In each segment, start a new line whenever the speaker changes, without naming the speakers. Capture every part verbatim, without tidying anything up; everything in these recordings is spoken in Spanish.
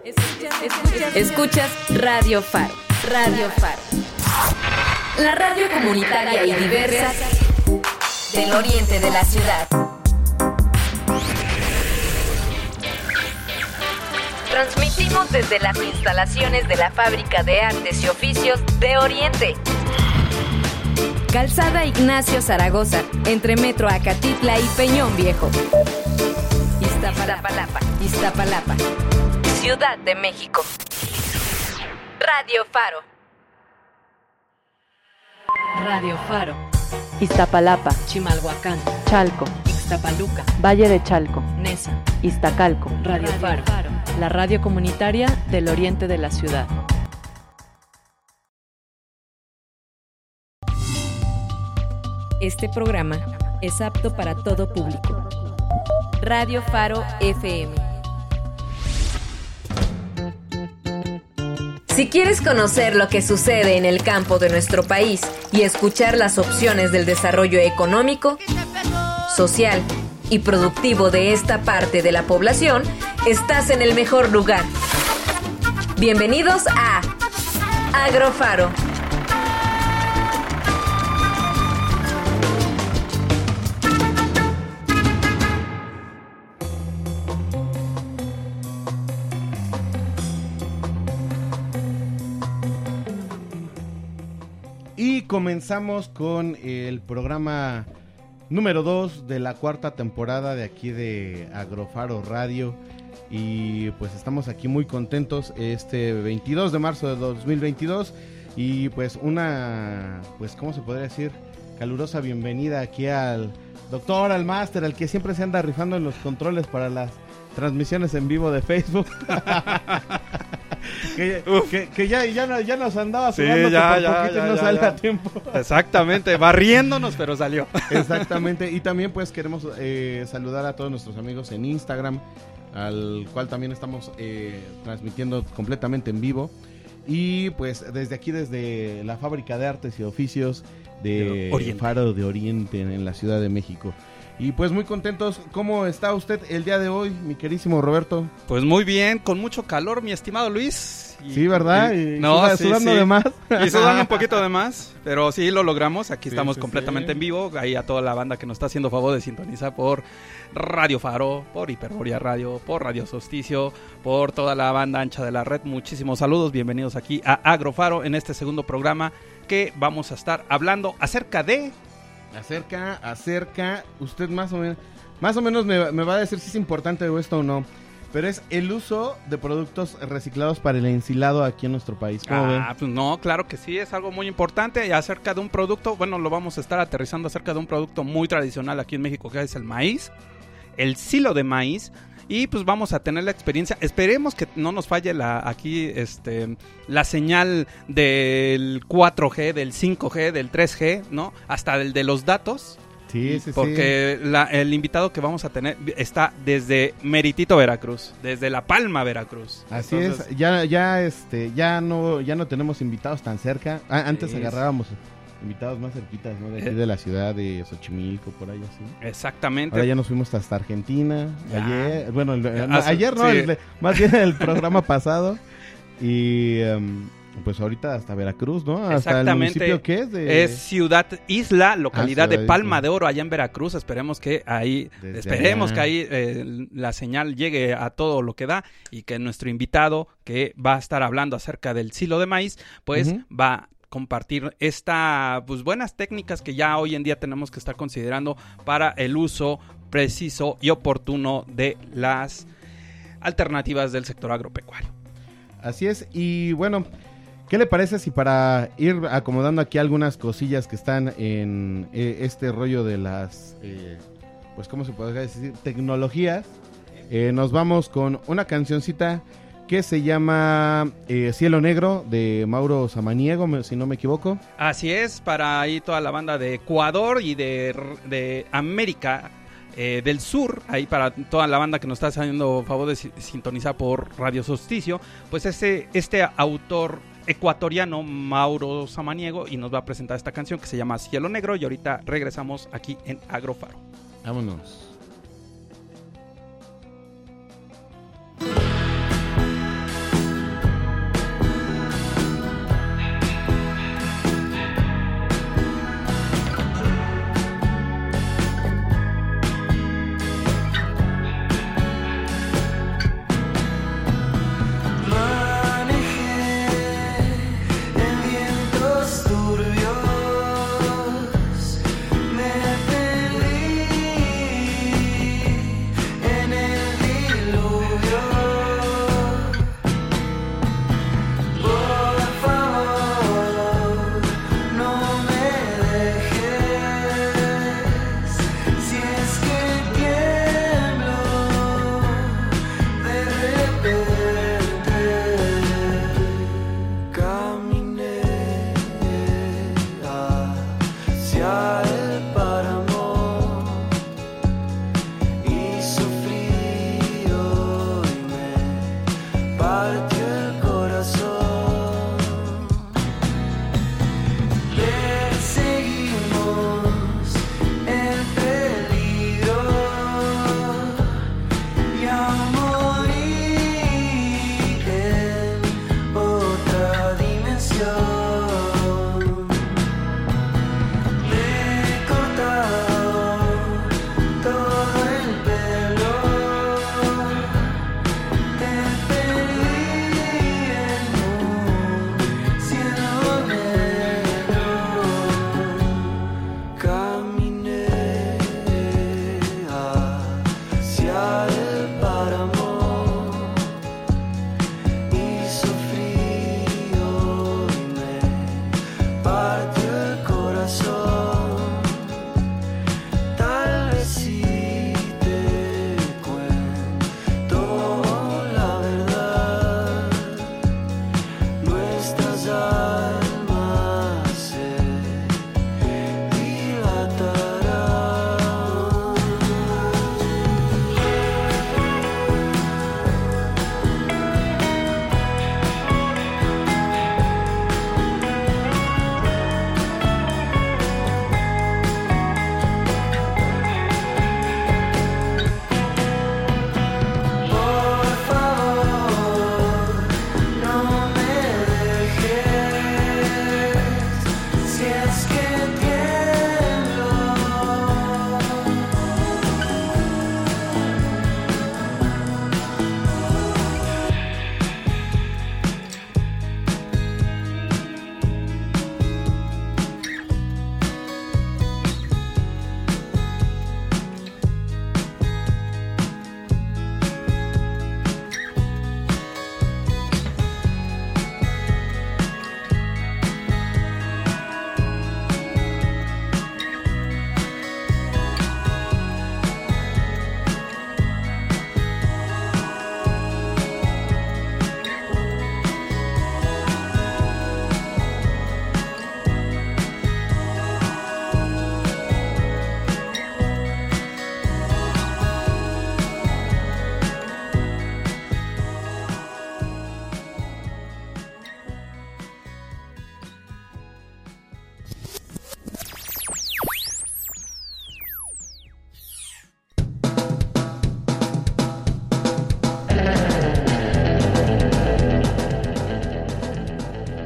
Escuchas, escuchas Radio Faro. Radio Faro. La radio comunitaria y diversa del oriente de la ciudad. Transmitimos desde las instalaciones de la Fábrica de Artes y Oficios de Oriente. Calzada Ignacio Zaragoza, entre Metro Acatitla y Peñón Viejo. Iztapalapa, Iztapalapa, Ciudad de México. Radio Faro. Radio Faro.
Iztapalapa,
Chimalhuacán,
Chalco,
Ixtapaluca,
Valle de Chalco,
Nesa,
Iztacalco.
Radio, Radio Faro. Faro.
La radio comunitaria del oriente de la ciudad.
Este programa es apto para todo público. Radio Faro F M. Si quieres conocer lo que sucede en el campo de nuestro país y escuchar las opciones del desarrollo económico, social y productivo de esta parte de la población, estás en el mejor lugar. Bienvenidos a Agrofaro.
Y comenzamos con el programa número dos de la cuarta temporada de aquí de Agrofaro Radio. Y pues estamos aquí muy contentos este veintidós de marzo de dos mil veintidós. Y pues una, pues ¿cómo se podría decir? Calurosa bienvenida aquí al doctor, al máster, al que siempre se anda rifando en los controles para las transmisiones en vivo de Facebook. que, que, que ya, ya, no, ya nos andaba sudando,
sí, ya,
que por
ya,
poquito
ya,
no
ya,
sale
ya.
a tiempo.
Exactamente, barriéndonos, pero salió.
Exactamente, y también pues queremos eh, saludar a todos nuestros amigos en Instagram, al cual también estamos eh, transmitiendo completamente en vivo. Y pues desde aquí, desde la Fábrica de Artes y Oficios de
Oriente.
Faro de Oriente en, en la Ciudad de México. Y pues muy contentos. ¿Cómo está usted el día de hoy, mi querísimo Roberto?
Pues muy bien, con mucho calor, mi estimado Luis. Y,
sí, ¿verdad?
Y,
y
no,
suda,
sí,
sudando
sí.
de más.
Y sudando un poquito de más, pero sí lo logramos. Aquí
sí,
estamos
sí,
completamente
sí.
en vivo. Ahí a toda la banda que nos está haciendo favor de sintonizar por Radio Faro, por Hiperborea Radio, por Radio Solsticio, por toda la banda ancha de la red. Muchísimos saludos, bienvenidos aquí a Agrofaro en este segundo programa que vamos a estar hablando acerca de...
Acerca, acerca, usted más o menos, más o menos me, me va a decir si es importante esto o no, pero es el uso de productos reciclados para el ensilado aquí en nuestro país. ¿Cómo
Ah,
ven?
pues no, claro que sí, es algo muy importante y acerca de un producto, bueno, lo vamos a estar aterrizando acerca de un producto muy tradicional aquí en México que es el maíz, el silo de maíz. Y pues vamos a tener la experiencia. Esperemos que no nos falle la aquí este la señal del cuatro G, del cinco G, del tres G, ¿no? Hasta el de los datos.
Sí, sí,
Porque
sí.
La, el invitado que vamos a tener está desde Meritito, Veracruz, desde La Palma, Veracruz.
Así
Entonces,
es, ya, ya, este, ya no, ya no tenemos invitados tan cerca. Ah, antes
Sí,
agarrábamos invitados más cerquitas, ¿no? De aquí
Eh.
de la ciudad de Xochimilco, por ahí así.
Exactamente.
Ahora ya nos fuimos hasta Argentina,
Ya.
ayer, bueno, el-
Ya,
no,
hace-
ayer no,
sí.
el- más bien el programa pasado. Y um, pues ahorita hasta Veracruz, ¿no? Hasta el
Exactamente.
municipio que es de...
Es Ciudad Isla, localidad
Ah, Ciudad
de Palma
Isla.
de Oro, allá en Veracruz. Esperemos que ahí,
Desde
esperemos
allá.
que ahí eh, la señal llegue a todo lo que da y que nuestro invitado que va a estar hablando acerca del silo de maíz, pues
Ujú.
va a compartir esta, pues buenas técnicas que ya hoy en día tenemos que estar considerando para el uso preciso y oportuno de las alternativas del sector agropecuario.
Así es, y bueno, ¿qué le parece si para ir acomodando aquí algunas cosillas que están en eh, este rollo de las, eh, pues cómo se podría decir, tecnologías, eh, nos vamos con una cancioncita que se llama eh, Cielo Negro de Mauro Samaniego, me- si no me equivoco.
Así es, para ahí toda la banda de Ecuador y de, de América eh, del Sur, ahí para toda la banda que nos está haciendo favor de si- sintonizar por Radio Solsticio, pues este, este autor ecuatoriano, Mauro Samaniego, y nos va a presentar esta canción que se llama Cielo Negro, y ahorita regresamos aquí en Agrofaro.
Vámonos.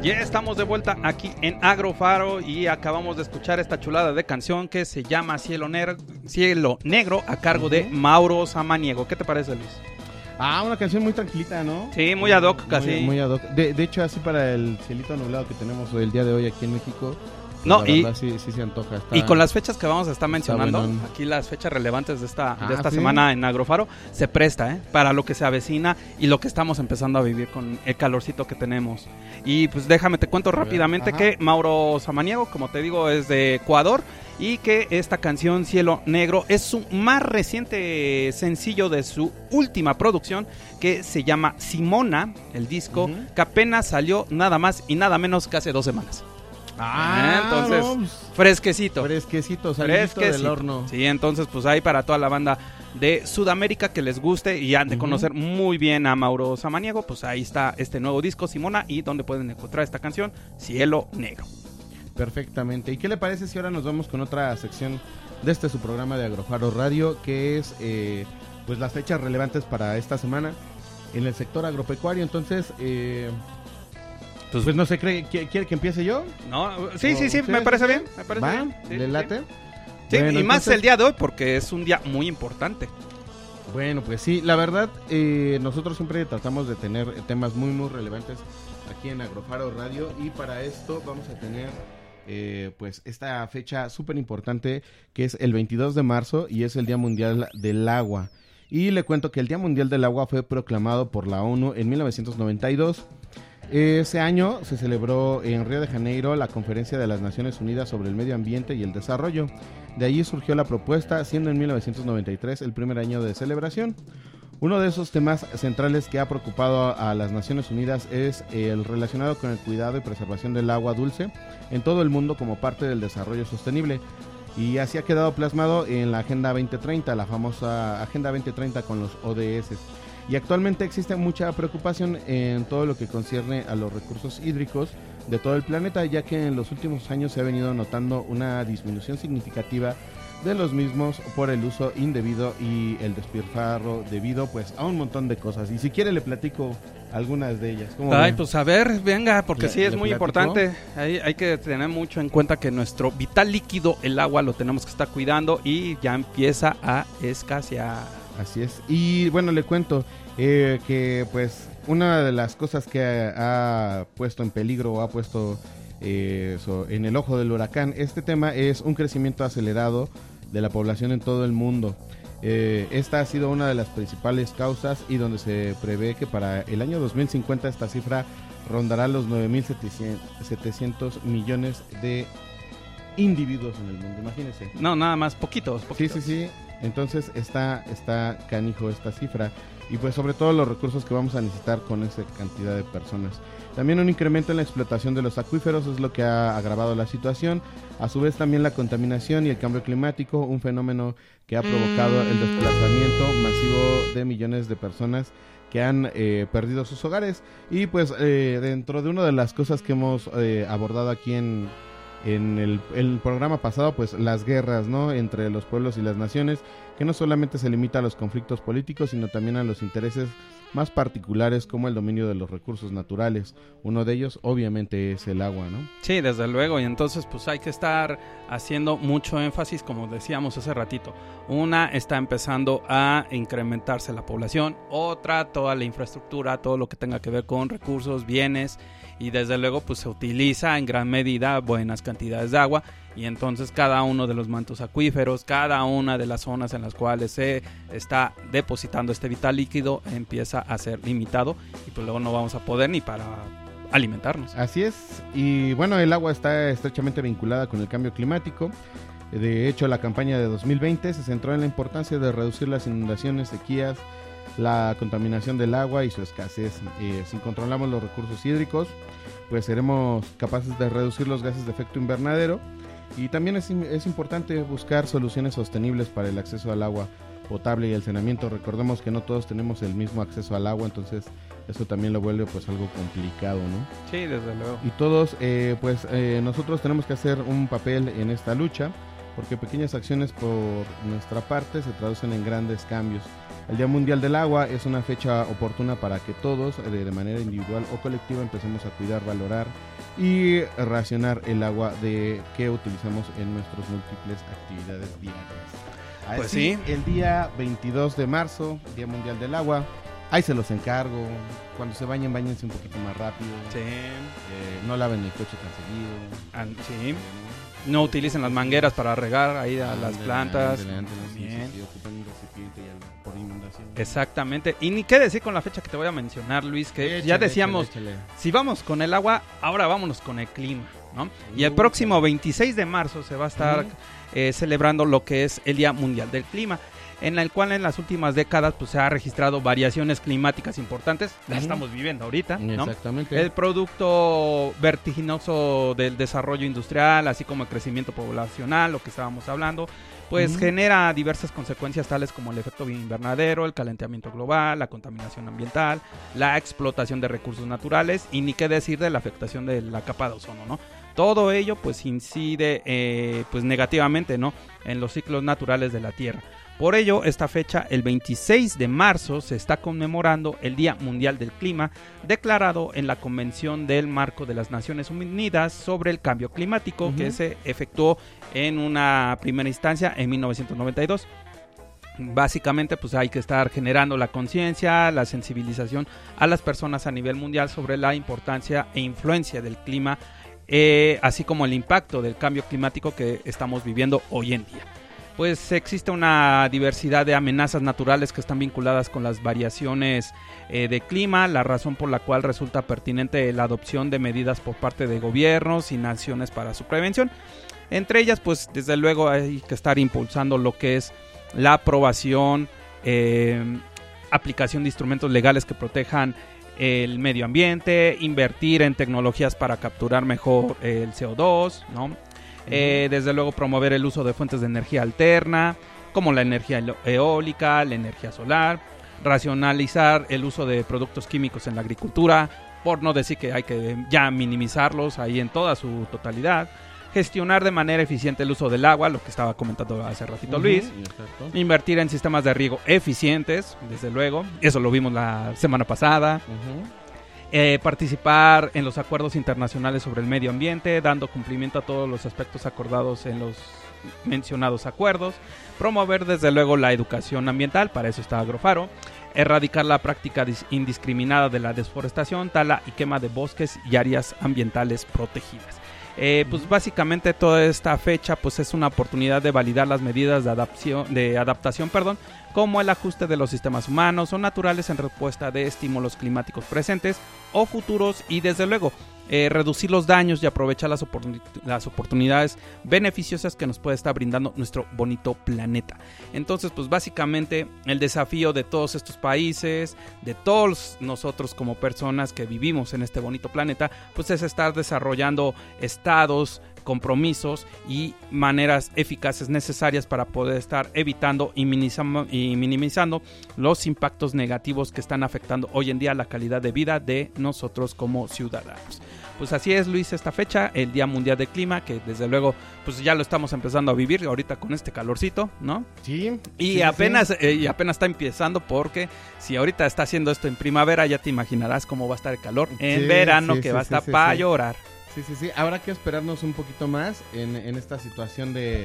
Ya estamos de vuelta aquí en Agrofaro y acabamos de escuchar esta chulada de canción que se llama Cielo Negro, Cielo Negro a cargo de Mauro Samaniego. ¿Qué te parece, Luis?
Ah, una canción muy tranquilita, ¿no?
Sí, muy ad hoc casi.
Muy, muy ad hoc. De, de hecho, así para el cielito nublado que tenemos el día de hoy aquí en México. Pues
no,
la
y,
verdad, sí, sí se antoja. Está,
y con las fechas que vamos a estar mencionando,
buenón.
aquí las fechas relevantes de esta,
Ah,
de esta
¿sí?
semana en Agrofaro, se presta, ¿eh? Para lo que se avecina y lo que estamos empezando a vivir con el calorcito que tenemos. Y pues déjame, te cuento rápidamente
Ajá.
que Mauro Samaniego, como te digo, es de Ecuador y que esta canción Cielo Negro es su más reciente sencillo de su última producción que se llama Simona, el disco,
Uh-huh.
que apenas salió nada más y nada menos que hace dos semanas.
Ah,
entonces,
no, pues,
fresquecito.
fresquecito, salidito del
Fresquecito.
horno.
Sí, entonces pues ahí para toda la banda de Sudamérica que les guste y han de
Ujú.
conocer muy bien a Mauro Samaniego, pues ahí está este nuevo disco Simona y donde pueden encontrar esta canción Cielo Negro.
Perfectamente. ¿Y qué le parece si ahora nos vamos con otra sección de este su programa de Agrofaro Radio, que es eh, pues las fechas relevantes para esta semana en el sector agropecuario? Entonces, eh,
Pues,
pues no sé, ¿cree- ¿quiere, quiere que empiece yo?
no, sí, sí, sí,
¿Sí?
me parece
¿Sí?
bien, me parece
¿Va?
bien. Sí,
¿Le
sí,
late?
sí. Sí,
Bueno,
y más
entonces-
el día de hoy porque es un día muy importante.
Bueno, pues sí, la verdad, eh, nosotros siempre tratamos de tener temas muy, muy relevantes aquí en Agrofaro Radio y para esto vamos a tener eh, pues esta fecha súper importante que es el veintidós de marzo y es el Día Mundial del Agua. Y le cuento que el Día Mundial del Agua fue proclamado por la ONU en mil novecientos noventa y dos. Ese año se celebró en Río de Janeiro la Conferencia de las Naciones Unidas sobre el Medio Ambiente y el Desarrollo. De allí surgió la propuesta, siendo en mil novecientos noventa y tres el primer año de celebración. Uno de esos temas centrales que ha preocupado a las Naciones Unidas es el relacionado con el cuidado y preservación del agua dulce en todo el mundo como parte del desarrollo sostenible. Y así ha quedado plasmado en la Agenda veinte treinta, la famosa Agenda veinte treinta con los O D S. Y actualmente existe mucha preocupación en todo lo que concierne a los recursos hídricos de todo el planeta, ya que en los últimos años se ha venido notando una disminución significativa de los mismos por el uso indebido y el despilfarro debido pues a un montón de cosas. Y si quiere le platico algunas de ellas. ¿Cómo
Ay,
ven?
pues a ver, venga, porque
¿Le-
sí es
le
muy
platico?
importante. Hay, hay que tener mucho en cuenta que nuestro vital líquido, el agua, lo tenemos que estar cuidando y ya empieza a escasear.
Así es. Y bueno, le cuento eh, que pues una de las cosas que ha, ha puesto en peligro o ha puesto eh, so, en el ojo del huracán este tema es un crecimiento acelerado de la población en todo el mundo. Eh, esta ha sido una de las principales causas y donde se prevé que para el año dos mil cincuenta esta cifra rondará los nueve mil setecientos millones de individuos en el mundo. Imagínense.
No, nada más, poquitos,
Sí,
poquitos.
sí, sí. Entonces está, está canijo esta cifra. Y pues sobre todo los recursos que vamos a necesitar con esa cantidad de personas. También un incremento en la explotación de los acuíferos es lo que ha agravado la situación. A su vez también la contaminación y el cambio climático, un fenómeno que ha provocado el desplazamiento masivo de millones de personas que han eh, perdido sus hogares. Y pues eh, dentro de una de las cosas que hemos eh, abordado aquí en... En el, el programa pasado, pues las guerras, ¿no? Entre los pueblos y las naciones, que no solamente se limita a los conflictos políticos, sino también a los intereses más particulares como el dominio de los recursos naturales. Uno de ellos, obviamente, es el agua, ¿no?
Sí, desde luego, y entonces pues hay que estar haciendo mucho énfasis, como decíamos hace ratito. Una, está empezando a incrementarse la población, otra, toda la infraestructura, todo lo que tenga que ver con recursos, bienes, y desde luego pues se utiliza en gran medida buenas cantidades de agua, y entonces cada uno de los mantos acuíferos, cada una de las zonas en las cuales se está depositando este vital líquido empieza a ser limitado, y pues luego no vamos a poder ni para alimentarnos.
Así es, y bueno, el agua está estrechamente vinculada con el cambio climático. De hecho, la campaña de dos mil veinte se centró en la importancia de reducir las inundaciones, sequías, la contaminación del agua y su escasez. Eh, si controlamos los recursos hídricos, pues seremos capaces de reducir los gases de efecto invernadero. Y también es, es importante buscar soluciones sostenibles para el acceso al agua potable y el saneamiento. Recordemos que no todos tenemos el mismo acceso al agua, entonces eso también lo vuelve pues algo complicado, ¿no?
Sí, desde luego.
Y todos, eh, pues eh, nosotros tenemos que hacer un papel en esta lucha. porque pequeñas acciones por nuestra parte se traducen en grandes cambios. El Día Mundial del Agua es una fecha oportuna para que todos, de, de manera individual o colectiva, empecemos a cuidar, valorar y racionar el agua de que utilizamos en nuestras múltiples actividades diarias. Así,
Pues sí.
El día veintidós de marzo, Día Mundial del Agua, ahí se los encargo. Cuando se bañen, bañense un poquito más rápido.
Sí.
Eh, no laven el coche tan seguido.
Ah, sí. No utilicen las mangueras para regar ahí a las
Ándale,
plantas.
ándale, ándale, sí,
Bien.
sí, sí, ocupan un recipiente ya por inundación.
Exactamente. Y ni qué decir con la fecha que te voy a mencionar, Luis, que
Échale,
ya decíamos,
échale, échale.
si vamos con el agua, ahora vámonos con el clima, ¿no? Y el próximo veintiséis de marzo se va a estar
Ujú.
eh, celebrando lo que es el Día Mundial del Clima, en el cual en las últimas décadas pues se ha registrado variaciones climáticas importantes, las
Ujú.
estamos viviendo ahorita, ¿no?
Exactamente.
El producto vertiginoso del desarrollo industrial, así como el crecimiento poblacional, lo que estábamos hablando, pues
Ujú.
genera diversas consecuencias tales como el efecto invernadero, el calentamiento global, la contaminación ambiental, la explotación de recursos naturales y ni qué decir de la afectación de la capa de ozono, ¿no? Todo ello pues incide eh, pues negativamente, ¿no?, en los ciclos naturales de la Tierra. Por ello, esta fecha, el veintiséis de marzo, se está conmemorando el Día Mundial del Clima, declarado en la Convención del Marco de las Naciones Unidas sobre el Cambio Climático,
Ujú.
que se efectuó en una primera instancia en mil novecientos noventa y dos. Básicamente, pues hay que estar generando la conciencia, la sensibilización a las personas a nivel mundial sobre la importancia e influencia del clima, eh, así como el impacto del cambio climático que estamos viviendo hoy en día. Pues existe una diversidad de amenazas naturales que están vinculadas con las variaciones eh, de clima, la razón por la cual resulta pertinente la adopción de medidas por parte de gobiernos y naciones para su prevención. Entre ellas, pues desde luego hay que estar impulsando lo que es la aprobación, eh, aplicación de instrumentos legales que protejan el medio ambiente, invertir en tecnologías para capturar mejor el C O dos, ¿no? Eh, desde luego promover el uso de fuentes de energía alterna, como la energía eólica, la energía solar, racionalizar el uso de productos químicos en la agricultura, por no decir que hay que ya minimizarlos ahí en toda su totalidad, gestionar de manera eficiente el uso del agua, lo que estaba comentando hace ratito
Ujú,
Luis,
exacto.
invertir en sistemas de riego eficientes, desde luego, eso lo vimos la semana pasada.
Ujú.
Eh, participar en los acuerdos internacionales sobre el medio ambiente, dando cumplimiento a todos los aspectos acordados en los mencionados acuerdos, promover desde luego la educación ambiental, para eso está Agrofaro, erradicar la práctica dis- indiscriminada de la deforestación, tala y quema de bosques y áreas ambientales protegidas. Eh, pues básicamente toda esta fecha pues es una oportunidad de validar las medidas de adaptación, de adaptación perdón, como el ajuste de los sistemas humanos o naturales en respuesta de estímulos climáticos presentes o futuros y desde luego eh, reducir los daños y aprovechar las, oportun- las oportunidades beneficiosas que nos puede estar brindando nuestro bonito planeta. Entonces pues básicamente el desafío de todos estos países, de todos nosotros como personas que vivimos en este bonito planeta, pues es estar desarrollando estados, compromisos y maneras eficaces necesarias para poder estar evitando y minimizando, y minimizando los impactos negativos que están afectando hoy en día la calidad de vida de nosotros como ciudadanos. Pues así es, Luis, esta fecha, el Día Mundial del Clima, que desde luego pues ya lo estamos empezando a vivir ahorita con este calorcito, ¿no?
Sí.
Y
sí, sí,
apenas
sí.
eh, y apenas está empezando, porque si ahorita está haciendo esto en primavera, ya te imaginarás cómo va a estar el calor en
Sí,
verano,
sí,
que
sí,
va a
sí,
estar
sí,
para
sí.
llorar.
Sí, sí, sí. Habrá que esperarnos un poquito más en, en esta situación de,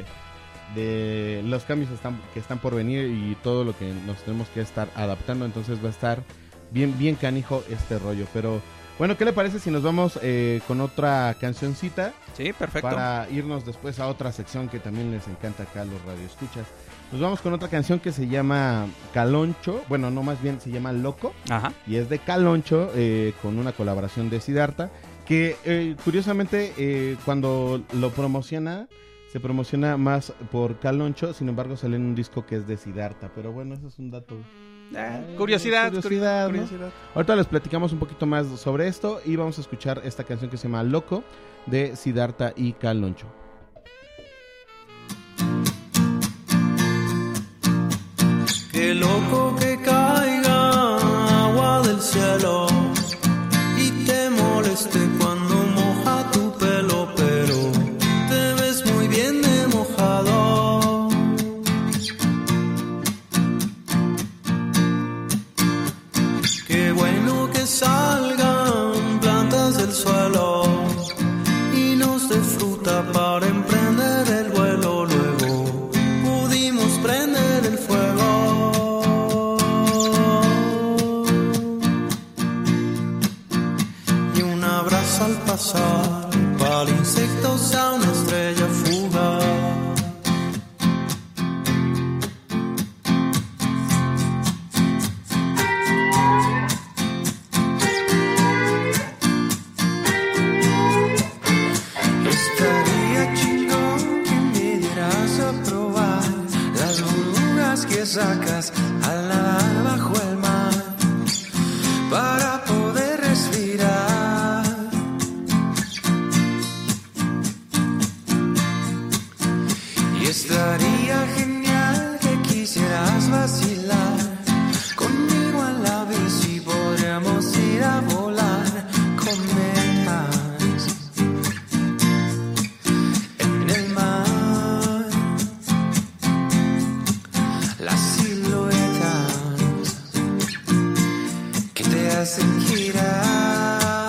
de los cambios están, que están por venir y todo lo que nos tenemos que estar adaptando. Entonces va a estar bien, bien canijo este rollo. Pero bueno, ¿qué le parece si nos vamos eh, con otra cancioncita?
Sí, perfecto.
Para irnos después a otra sección que también les encanta acá a los radioescuchas. Nos vamos con otra canción que se llama Caloncho. Bueno, no, más bien se llama Loco.
Ajá.
Y es de Caloncho, eh, con una colaboración de Siddhartha, que eh, curiosamente eh, cuando lo promociona, se promociona más por Caloncho, sin embargo sale en un disco que es de Siddhartha, pero bueno, eso es un dato.
Eh, curiosidad,
curiosidad,
curiosidad,
¿no?
curiosidad.
Ahorita les platicamos un poquito más sobre esto y vamos a escuchar esta canción que se llama Loco, de Siddhartha y Caloncho.
Qué loco que caiga agua del cielo y te moleste cuando moja tu pelo, pero te ves muy bien de mojado. Qué bueno que salgan plantas del suelo y nos dé fruta para emprender el vuelo. Luego pudimos prender el fuego y un abrazo al pasar para el insecto sea una estrella fugaz.
Sacas al nadar bajo el mar para poder respirar. Y estaría genial que quisieras vacilar conmigo en la bici, podríamos ir a volar con metas en el mar. Hacen girar.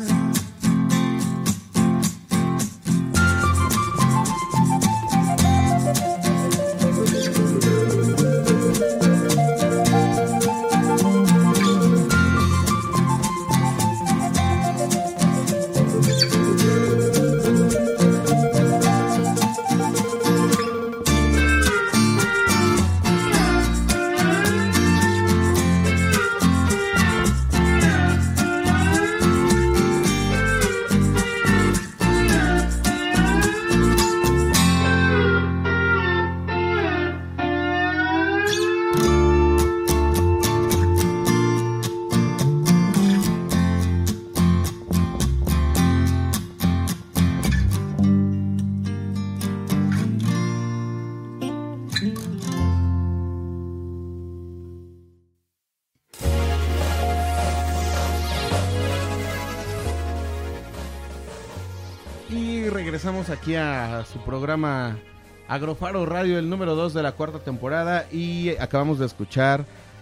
Regresamos aquí a su programa Agrofaro Radio, el número dos de la cuarta temporada, y acabamos de escuchar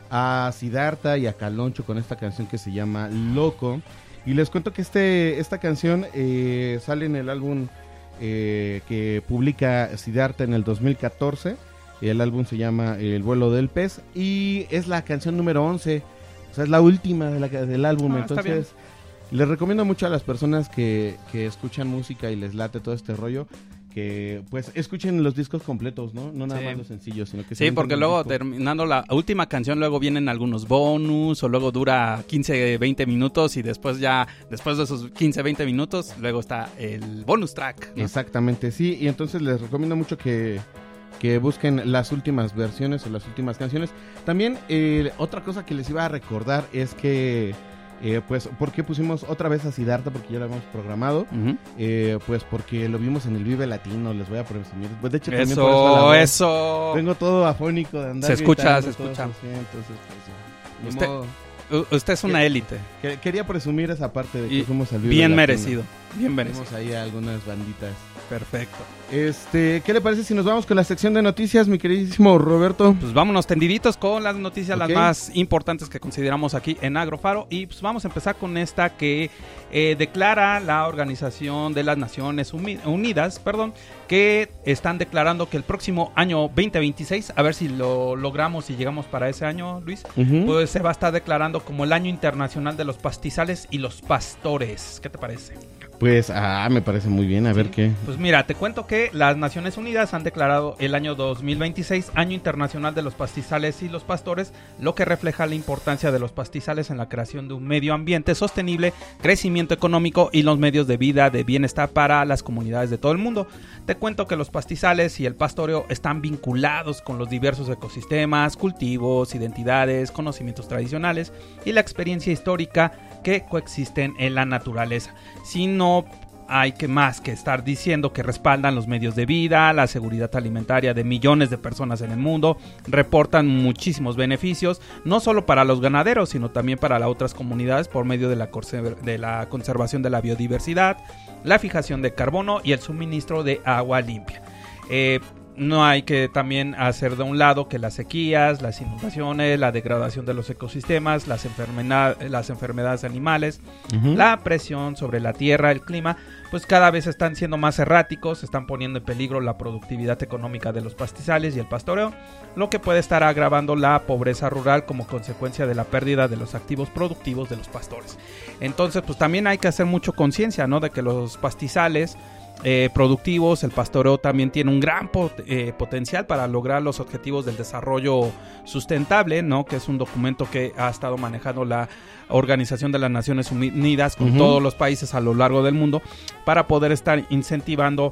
a Siddhartha y a Caloncho con esta canción que se llama Loco. Y les cuento que este esta canción eh, sale en el álbum eh, que publica Siddhartha en el dos mil catorce. El álbum se llama El vuelo del pez y es la canción número once, o sea, es la última de la, del álbum. Ah, entonces les recomiendo mucho a las personas que, que escuchan música y les late todo este rollo, que pues escuchen los discos completos, ¿no? No nada sí. más los sencillos, sino que
sí, porque luego disco. Terminando la última canción, luego vienen algunos bonus, o luego dura quince, veinte minutos, y después ya, después de esos quince, veinte minutos, luego está el bonus track, ¿no?
Exactamente, sí, y entonces les recomiendo mucho que, que busquen las últimas versiones o las últimas canciones. También, eh, otra cosa que les iba a recordar es que Eh, pues, ¿por qué pusimos otra vez a Siddhartha? Porque ya lo habíamos programado. Uh-huh. eh, Pues porque lo vimos en el Vive Latino, les voy a presumir. Pues de hecho,
eso,
también por eso, la
eso.
Vengo todo afónico de andar.
Se escucha, se escucha.
Así, entonces, pues,
usted, usted es una élite.
Que, quería presumir esa parte de que y fuimos al Vive
bien
Latino.
merecido, bien merecido.
Tenemos ahí algunas banditas.
Perfecto.
Este, ¿qué le parece si nos vamos con la sección de noticias, mi queridísimo Roberto?
Pues vámonos tendiditos con las noticias, okay, las más importantes que consideramos aquí en Agrofaro. Y pues vamos a empezar con esta que eh, declara la Organización de las Naciones Unidas, perdón, que están declarando que el próximo año veinte veintiséis, a ver si lo logramos y llegamos para ese año, Luis, uh-huh, pues se va a estar declarando como el Año Internacional de los Pastizales y los Pastores. ¿Qué te parece?
Pues, ah, me parece muy bien, a sí. ver qué.
Pues mira, te cuento que las Naciones Unidas han declarado el año dos mil veintiséis Año Internacional de los Pastizales y los Pastores, lo que refleja la importancia de los pastizales en la creación de un medio ambiente sostenible, crecimiento económico y los medios de vida de bienestar para las comunidades de todo el mundo. Te cuento que los pastizales y el pastoreo están vinculados con los diversos ecosistemas, cultivos, identidades, conocimientos tradicionales y la experiencia histórica que coexisten en la naturaleza. Si no hay que más que estar diciendo que respaldan los medios de vida, la seguridad alimentaria de millones de personas en el mundo, reportan muchísimos beneficios, no solo para los ganaderos, sino también para las otras comunidades por medio de la, de la conservación de la biodiversidad, la fijación de carbono y el suministro de agua limpia. Eh, no hay que también hacer de un lado que las sequías, las inundaciones, la degradación de los ecosistemas, las, enfermedad, las enfermedades animales, uh-huh. la presión sobre la tierra, el clima, pues cada vez están siendo más erráticos, están poniendo en peligro la productividad económica de los pastizales y el pastoreo, lo que puede estar agravando la pobreza rural como consecuencia de la pérdida de los activos productivos de los pastores. Entonces, pues también hay que hacer mucho conciencia, ¿no? De que los pastizales Eh, productivos, el pastoreo también tiene un gran pot- eh, potencial para lograr los objetivos del desarrollo sustentable, ¿no? Que es un documento que ha estado manejando la Organización de las Naciones Unidas con uh-huh. todos los países a lo largo del mundo para poder estar incentivando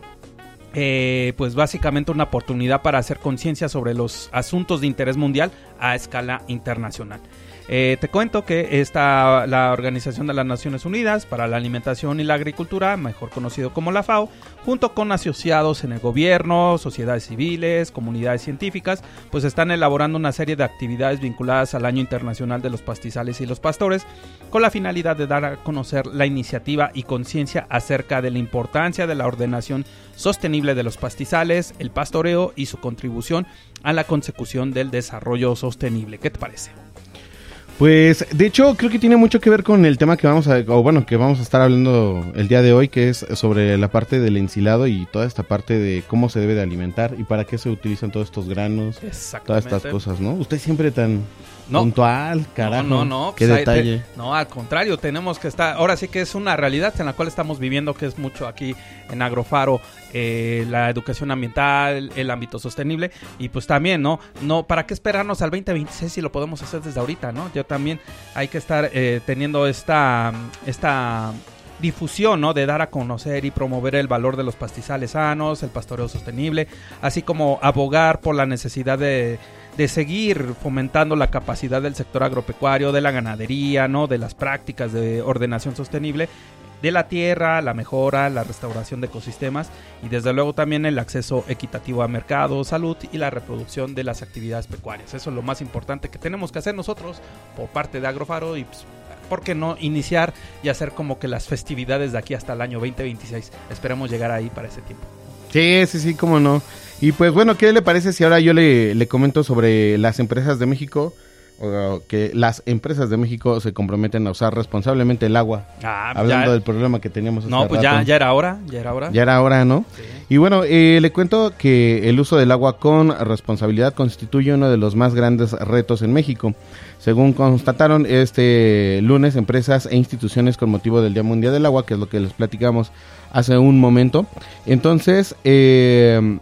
eh, pues básicamente una oportunidad para hacer conciencia sobre los asuntos de interés mundial a escala internacional. Eh, te cuento que esta, la Organización de las Naciones Unidas para la Alimentación y la Agricultura, mejor conocido como la FAO, junto con asociados en el gobierno, sociedades civiles, comunidades científicas, pues están elaborando una serie de actividades vinculadas al Año Internacional de los Pastizales y los Pastores, con la finalidad de dar a conocer la iniciativa y conciencia acerca de la importancia de la ordenación sostenible de los pastizales, el pastoreo y su contribución a la consecución del desarrollo sostenible. ¿Qué te parece?
Pues, de hecho, creo que tiene mucho que ver con el tema que vamos a, o bueno, que vamos a estar hablando el día de hoy, que es sobre la parte del ensilado y toda esta parte de cómo se debe de alimentar y para qué se utilizan todos estos granos, todas estas cosas, ¿no? Usted siempre tan no. puntual, carajo. No, no, no. Qué pues detalle.
Te, no, al contrario, tenemos que estar, ahora sí que es una realidad en la cual estamos viviendo, que es mucho aquí en Agrofaro, eh, la educación ambiental, el ámbito sostenible, y pues también, ¿no? No, ¿para qué esperarnos al veinte veintiséis si lo podemos hacer desde ahorita, ¿no? Yo también hay que estar eh, teniendo esta, esta difusión, ¿no? De dar a conocer y promover el valor de los pastizales sanos, el pastoreo sostenible, así como abogar por la necesidad de de seguir fomentando la capacidad del sector agropecuario, de la ganadería, ¿no? De las prácticas de ordenación sostenible de la tierra, la mejora, la restauración de ecosistemas y desde luego también el acceso equitativo a mercado, salud y la reproducción de las actividades pecuarias. Eso es lo más importante que tenemos que hacer nosotros por parte de Agrofaro y pues, ¿por qué no iniciar y hacer como que las festividades de aquí hasta el año veinte veintiséis? Esperemos llegar ahí para ese tiempo.
Sí, sí, sí, cómo no. Y pues bueno, ¿qué le parece si ahora yo le, le comento sobre las empresas de México? O que las empresas de México se comprometen a usar responsablemente el agua. Ah, hablando ya, del problema que teníamos.
No, pues ya, ya era hora, ya era hora.
Ya era hora, ¿no? Sí. Y bueno, eh, le cuento que el uso del agua con responsabilidad constituye uno de los más grandes retos en México. Según constataron este lunes empresas e instituciones con motivo del Día Mundial del Agua, que es lo que les platicamos hace un momento. Entonces, eh,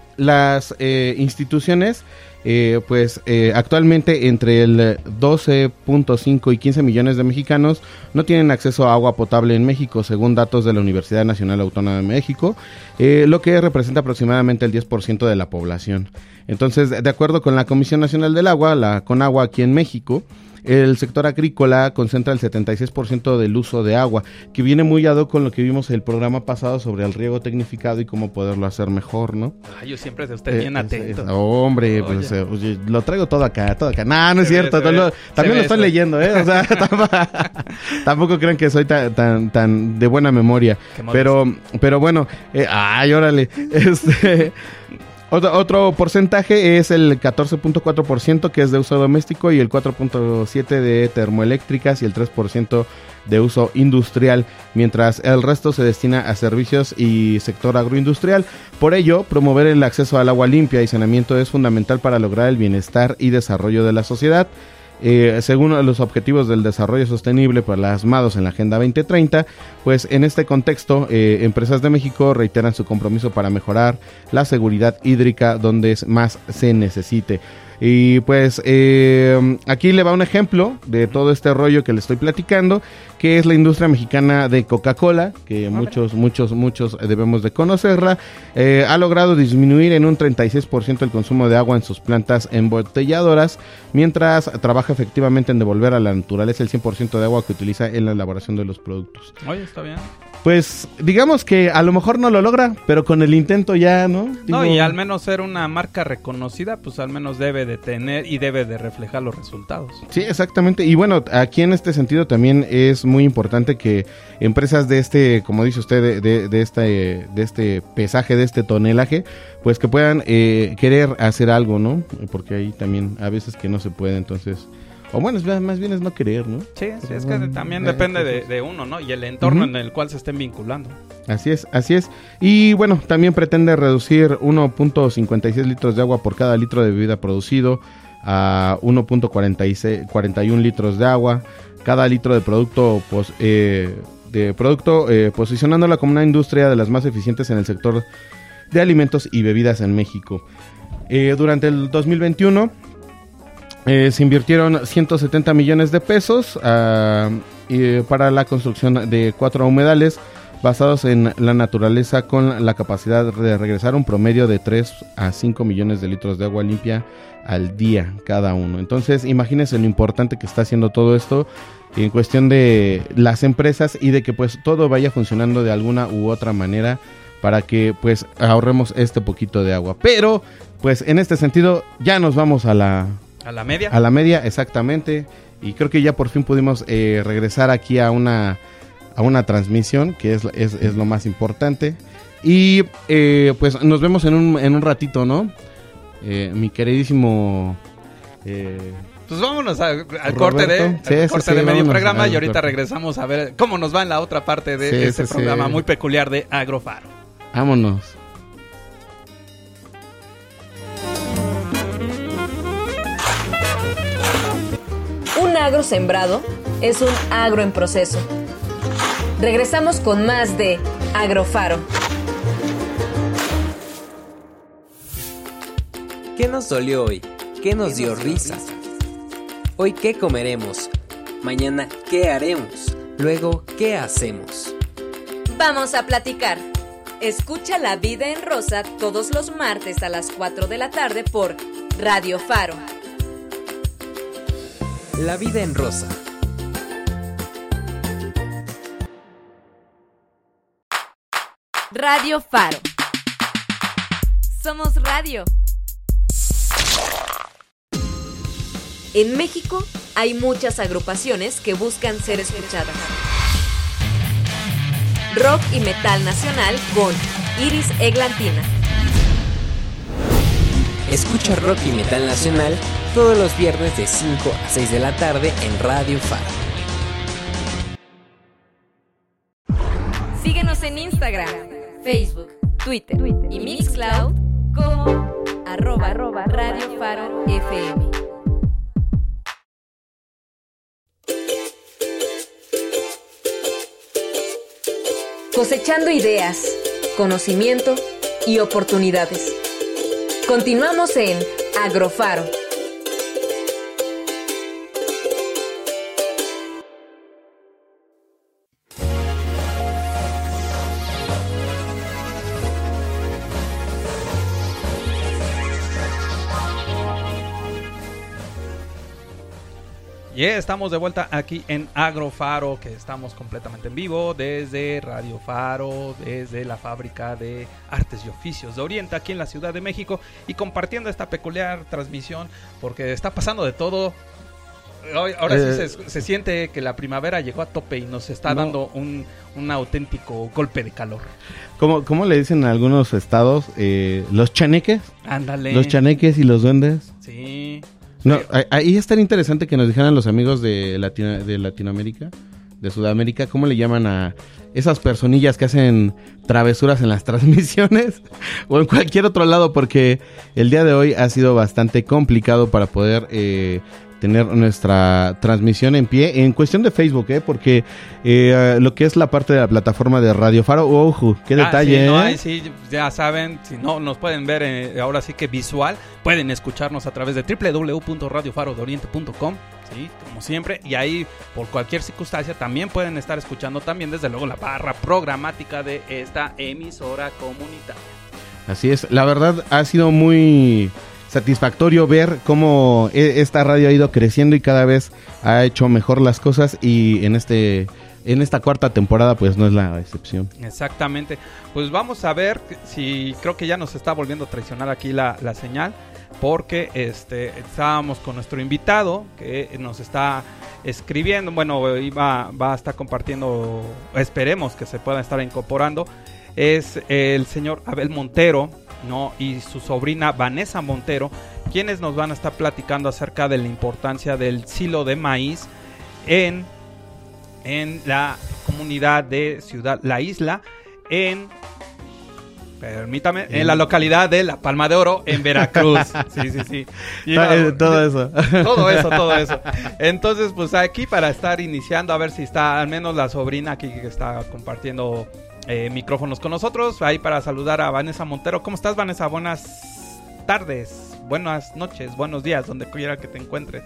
las eh, instituciones... Eh, pues eh, actualmente entre el doce punto cinco y quince millones de mexicanos no tienen acceso a agua potable en México, según datos de la Universidad Nacional Autónoma de México, eh, lo que representa aproximadamente el diez por ciento de la población. Entonces, de acuerdo con la Comisión Nacional del Agua, la CONAGUA aquí en México, el sector agrícola concentra el setenta y seis por ciento del uso de agua, que viene muy ad hoc con lo que vimos en el programa pasado sobre el riego tecnificado y cómo poderlo hacer mejor, ¿no?
Ay, yo siempre de usted bien eh, atento.
Eh, hombre, oye. pues eh, oye, lo traigo todo acá, todo acá. No, no es cierto, ve, lo, también lo estoy eso. leyendo, ¿eh? O sea, tampoco, tampoco crean que soy tan tan, tan de buena memoria. Pero, pero bueno, eh, ay, órale, este... Otro, otro porcentaje es el catorce punto cuatro por ciento que es de uso doméstico y el cuatro punto siete por ciento de termoeléctricas y el tres por ciento de uso industrial, mientras el resto se destina a servicios y sector agroindustrial. Por ello, promover el acceso al agua limpia y saneamiento es fundamental para lograr el bienestar y desarrollo de la sociedad. Eh, según los objetivos del desarrollo sostenible plasmados en la Agenda veinte treinta, pues en este contexto, eh, Empresas de México reiteran su compromiso para mejorar la seguridad hídrica donde más se necesite. Y pues eh, aquí le va un ejemplo de todo este rollo que le estoy platicando, que es la industria mexicana de Coca-Cola, que okay. muchos, muchos, muchos debemos de conocerla. Eh, ha logrado disminuir en un treinta y seis por ciento el consumo de agua en sus plantas embotelladoras, mientras trabaja efectivamente en devolver a la naturaleza el cien por ciento de agua que utiliza en la elaboración de los productos.
Oye, está bien.
pues digamos que a lo mejor no lo logra, pero con el intento ya, ¿no? Digo...
No, y al menos ser una marca reconocida, pues al menos debe de tener y debe de reflejar los resultados.
Sí, exactamente. Y bueno, aquí en este sentido también es muy importante que empresas de este, como dice usted, de, de, de este de este pesaje, de este tonelaje, pues que puedan eh, querer hacer algo, ¿no? Porque ahí también a veces que no se puede, entonces... O bueno, es, más bien es no querer, ¿no?
Sí, sí,
Pero
es
bueno,
que también
eh,
depende
entonces...
de, de uno, ¿no? Y el entorno
Uh-huh.
en el cual se estén vinculando.
Así es, así es. Y bueno, también pretende reducir uno punto cincuenta y seis litros de agua por cada litro de bebida producido a uno punto cuarenta y uno litros de agua. Cada litro de producto, pues, eh, de producto eh, posicionándola como una industria de las más eficientes en el sector de alimentos y bebidas en México. Eh, durante el dos mil veintiuno... Eh, se invirtieron ciento setenta millones de pesos uh, y para la construcción de cuatro humedales basados en la naturaleza con la capacidad de regresar un promedio de tres a cinco millones de litros de agua limpia al día cada uno. Entonces imagínense lo importante que está haciendo todo esto en cuestión de las empresas y de que pues todo vaya funcionando de alguna u otra manera para que pues ahorremos este poquito de agua. Pero pues en este sentido ya nos vamos a la...
¿A la media?
A la media, exactamente. Y creo que ya por fin pudimos eh, regresar aquí a una a una transmisión, que es, es, es lo más importante. Y eh, pues nos vemos en un, en un ratito, ¿no? Eh, mi queridísimo... Eh,
pues vámonos a, al
Roberto.
corte de,
Sí,
al
sí,
corte
sí,
de medio
vámonos
programa
al
y ahorita
corte.
regresamos a ver cómo nos va en la otra parte de
Sí,
este
sí,
programa
sí.
muy peculiar de Agrofaro.
vámonos.
Un agro sembrado es un agro en proceso. Regresamos con más de Agrofaro.
¿Qué nos dolió hoy? ¿Qué nos dio risa? Hoy, ¿qué comeremos? Mañana, ¿qué haremos? Luego, ¿qué hacemos?
Vamos a platicar. Escucha La Vida en Rosa todos los martes a las cuatro de la tarde por Radio Faro.
La vida en rosa.
Radio Faro. Somos radio. En México hay muchas agrupaciones que buscan ser escuchadas. Rock y metal nacional con Iris Eglantina.
Escucha rock y metal nacional todos los viernes de cinco a seis de la tarde en Radio Faro.
Síguenos en Instagram, Facebook, Twitter, y Mixcloud como arroba, arroba Radio Faro F M. Cosechando ideas, conocimiento y oportunidades. Continuamos en Agrofaro.
Y yeah, estamos de vuelta aquí en Agrofaro, que estamos completamente en vivo desde Radio Faro, desde la fábrica de artes y oficios de Oriente, aquí en la Ciudad de México, y compartiendo esta peculiar transmisión, porque está pasando de todo. Hoy, ahora
eh,
sí se, se siente que la primavera llegó a tope y nos está
no.
dando un, un auténtico golpe de calor.
¿Cómo, cómo le dicen en algunos estados? Eh, ¿Los chaneques?
Ándale.
¿Los chaneques y los duendes?
Sí.
No,
Sí.
ahí- ahí es tan interesante que nos dijeran los amigos de, Latino, de Latinoamérica, de Sudamérica, ¿cómo le llaman a esas personillas que hacen travesuras en las transmisiones o en cualquier otro lado? Porque el día de hoy ha sido bastante complicado para poder eh, tener nuestra transmisión en pie en cuestión de Facebook, ¿eh? Porque eh, lo que es la parte de la plataforma de Radio Faro, ojo, qué
Ah,
detalle,
sí, no,
¿eh?
ahí sí, ya saben, si no nos pueden ver eh, ahora sí que visual, pueden escucharnos a través de doble u doble u doble u punto radio faro de oriente punto com, sí, como siempre, y ahí por cualquier circunstancia también pueden estar escuchando también desde luego la barra programática de esta emisora comunitaria.
Así es, la verdad ha sido muy satisfactorio ver cómo e- esta radio ha ido creciendo y cada vez ha hecho mejor las cosas, y en este en esta cuarta temporada pues no es la excepción.
Exactamente. Pues vamos a ver si creo que ya nos está volviendo a traicionar aquí la, la señal, porque este estábamos con nuestro invitado que nos está escribiendo, bueno, iba, va a estar compartiendo, esperemos que se pueda estar incorporando, es el señor Abel Montero, ¿no? Y su sobrina Vanessa Montero, quienes nos van a estar platicando acerca de la importancia del silo de maíz en, en la comunidad de Ciudad La Isla, en permítame, en la localidad de La Palma de Oro, en Veracruz. Sí, sí, sí. Y
todo, todo eso.
Todo eso, todo eso. Entonces, pues aquí para estar iniciando, a ver si está al menos la sobrina aquí que está compartiendo eh, micrófonos con nosotros. Ahí para saludar a Vanessa Montero. ¿Cómo estás, Vanessa? Buenas tardes, buenas noches, buenos días, donde quiera que te encuentres.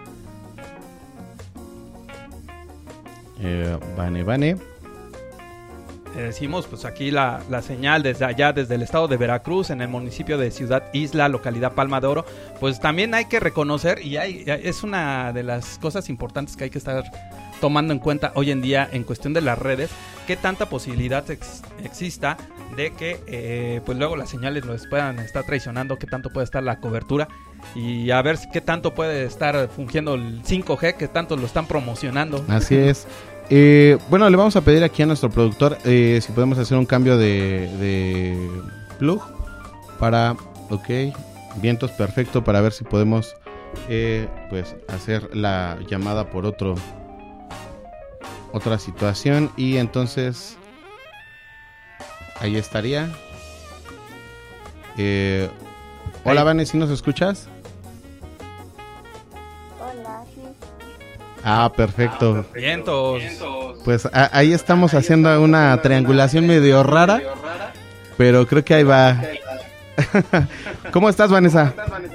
Eh, Vane, Vane.
Eh, decimos pues aquí la, la señal desde allá, desde el estado de Veracruz, en el municipio de Ciudad Isla, localidad Palma de Oro. Pues también hay que reconocer, y hay, es una de las cosas importantes que hay que estar tomando en cuenta hoy en día en cuestión de las redes, que tanta posibilidad ex, exista de que eh, pues luego las señales nos puedan estar traicionando, qué tanto puede estar la cobertura, y a ver qué tanto puede estar fungiendo el cinco G, que tanto lo están promocionando.
Así es. Eh, bueno, le vamos a pedir aquí a nuestro productor eh, si podemos hacer un cambio de, de plug para, ok, vientos, perfecto, para ver si podemos eh, pues hacer la llamada por otro otra situación, y entonces ahí estaría. Eh, hola, Vane, ¿sí nos escuchas?
Hola, sí.
Ah, perfecto.
Vientos.
Pues a, ahí estamos haciendo una triangulación medio rara, pero creo que ahí va. ¿Cómo estás, Vanessa?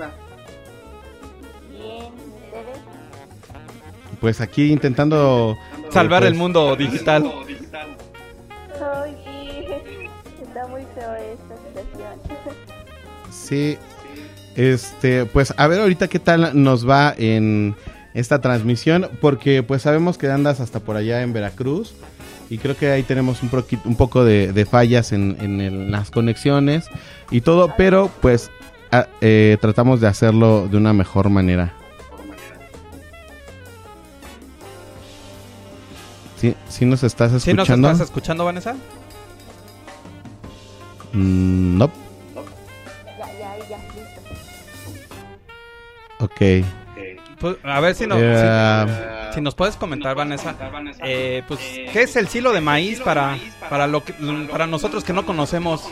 Bien, ¿ustedes?
Pues aquí intentando
salvar
eh, pues,
el mundo digital.
Ay, sí. Está muy feo esta situación.
Sí. Este, pues a ver ahorita qué tal nos va en esta transmisión, porque pues sabemos que andas hasta por allá en Veracruz y creo que ahí tenemos un, proqui- un poco de, de fallas en, en el- las conexiones y todo, pero pues a- eh, tratamos de hacerlo de una mejor manera. ¿Sí, sí nos estás escuchando?
¿Sí nos estás escuchando, Vanessa?
Mm, no.
Ya, ya, ya, listo.
Ok.
Pues, a ver si, no,
Eh,
si, si nos puedes comentar, Vanessa, eh, pues, ¿qué es el silo de maíz para, para, lo que, para nosotros que no conocemos?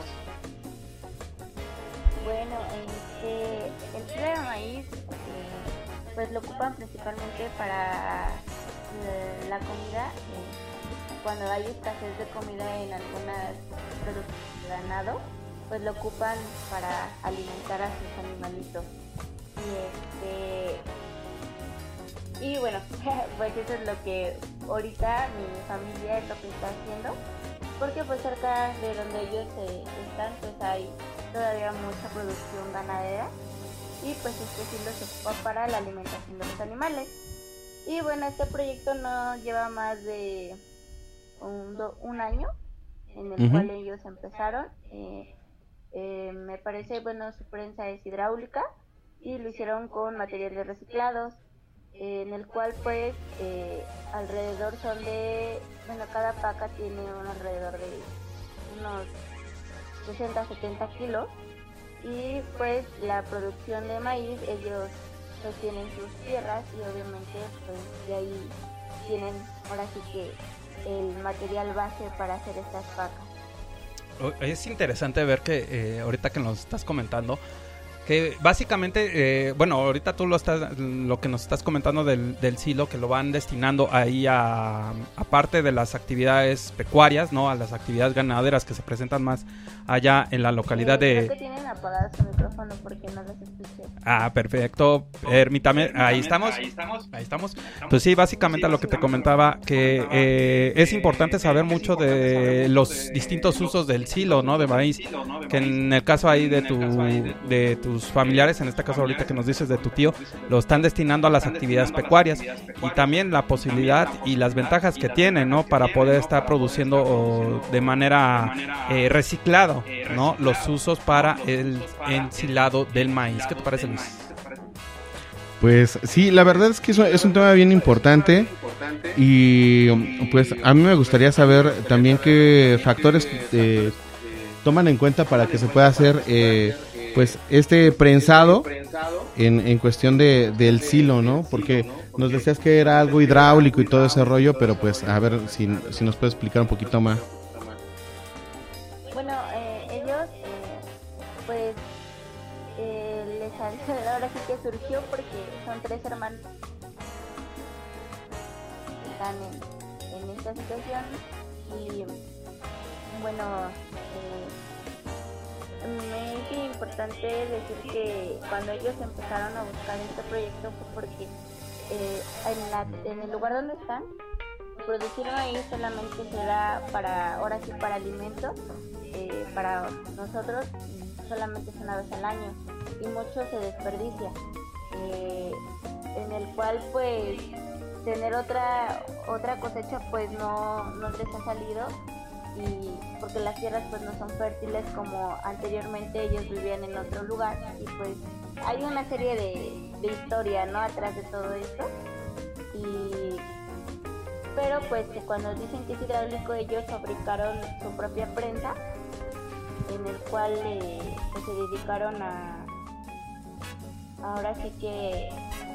Bueno, este, el silo de maíz, eh, pues lo ocupan principalmente para eh, la comida. Eh, cuando hay escasez de comida en algunas producciones de ganado, pues lo ocupan para alimentar a sus animalitos. Y este y bueno, pues eso es lo que ahorita mi familia es lo que está haciendo, porque pues cerca de donde ellos eh, están pues hay todavía mucha producción ganadera, y pues este silo se ocupa para la alimentación de los animales. Y bueno, este proyecto no lleva más de un, do, un año en el uh-huh. cual ellos empezaron. eh, eh, me parece, bueno, su prensa es hidráulica y lo hicieron con materiales reciclados, eh, en el cual pues eh, alrededor son de, bueno, cada paca tiene un alrededor de unos sesenta a setenta kilos, y pues la producción de maíz, ellos pues tienen sus tierras y obviamente pues de ahí tienen ahora sí que el material base para hacer estas pacas.
Es interesante ver que eh, ahorita que nos estás comentando, que básicamente, eh, bueno, ahorita tú lo estás, lo que nos estás comentando del, del silo, que lo van destinando ahí a, aparte de las actividades pecuarias, ¿no? A las actividades ganaderas que se presentan más allá en la localidad
sí,
de...
Creo que tienen apagado su micrófono porque no los escuché.
Ah, perfecto, permítame, ahí estamos, ahí estamos. Pues sí, básicamente a lo que te comentaba, que eh, es importante saber mucho de los distintos usos del silo, ¿no? De maíz, que en el caso ahí de tu, de tus sus familiares, en este caso ahorita que nos dices de tu tío, lo están destinando a las actividades pecuarias, y también la posibilidad y las ventajas que tiene, ¿no? Para poder estar produciendo oh, de manera eh, reciclado, ¿no? Los usos para el ensilado del maíz. ¿Qué te parece, Luis?
Pues sí, la verdad es que eso es un tema bien importante y pues a mí me gustaría saber también qué factores eh, toman en cuenta para que se pueda hacer eh, pues este prensado en, en cuestión de del silo, ¿no? Porque nos decías que era algo hidráulico y todo ese rollo, pero pues a ver si, si nos puedes explicar un poquito más.
Bueno, eh, ellos eh, pues eh, les salió, ahora sí que surgió porque son tres hermanos que están en, en esta situación y bueno, eh, me es importante decir que cuando ellos empezaron a buscar este proyecto fue porque eh, en, la, en el lugar donde están, producir maíz solamente será para, ahora sí para alimentos, eh, para nosotros solamente es una vez al año y mucho se desperdicia, eh, en el cual pues tener otra otra cosecha pues no, no les ha salido, y porque las tierras pues no son fértiles como anteriormente ellos vivían en otro lugar, y pues hay una serie de, de historia, ¿no?, atrás de todo esto, y pero pues que cuando dicen que es hidráulico ellos fabricaron su propia prensa en el cual eh, pues, se dedicaron a ahora sí que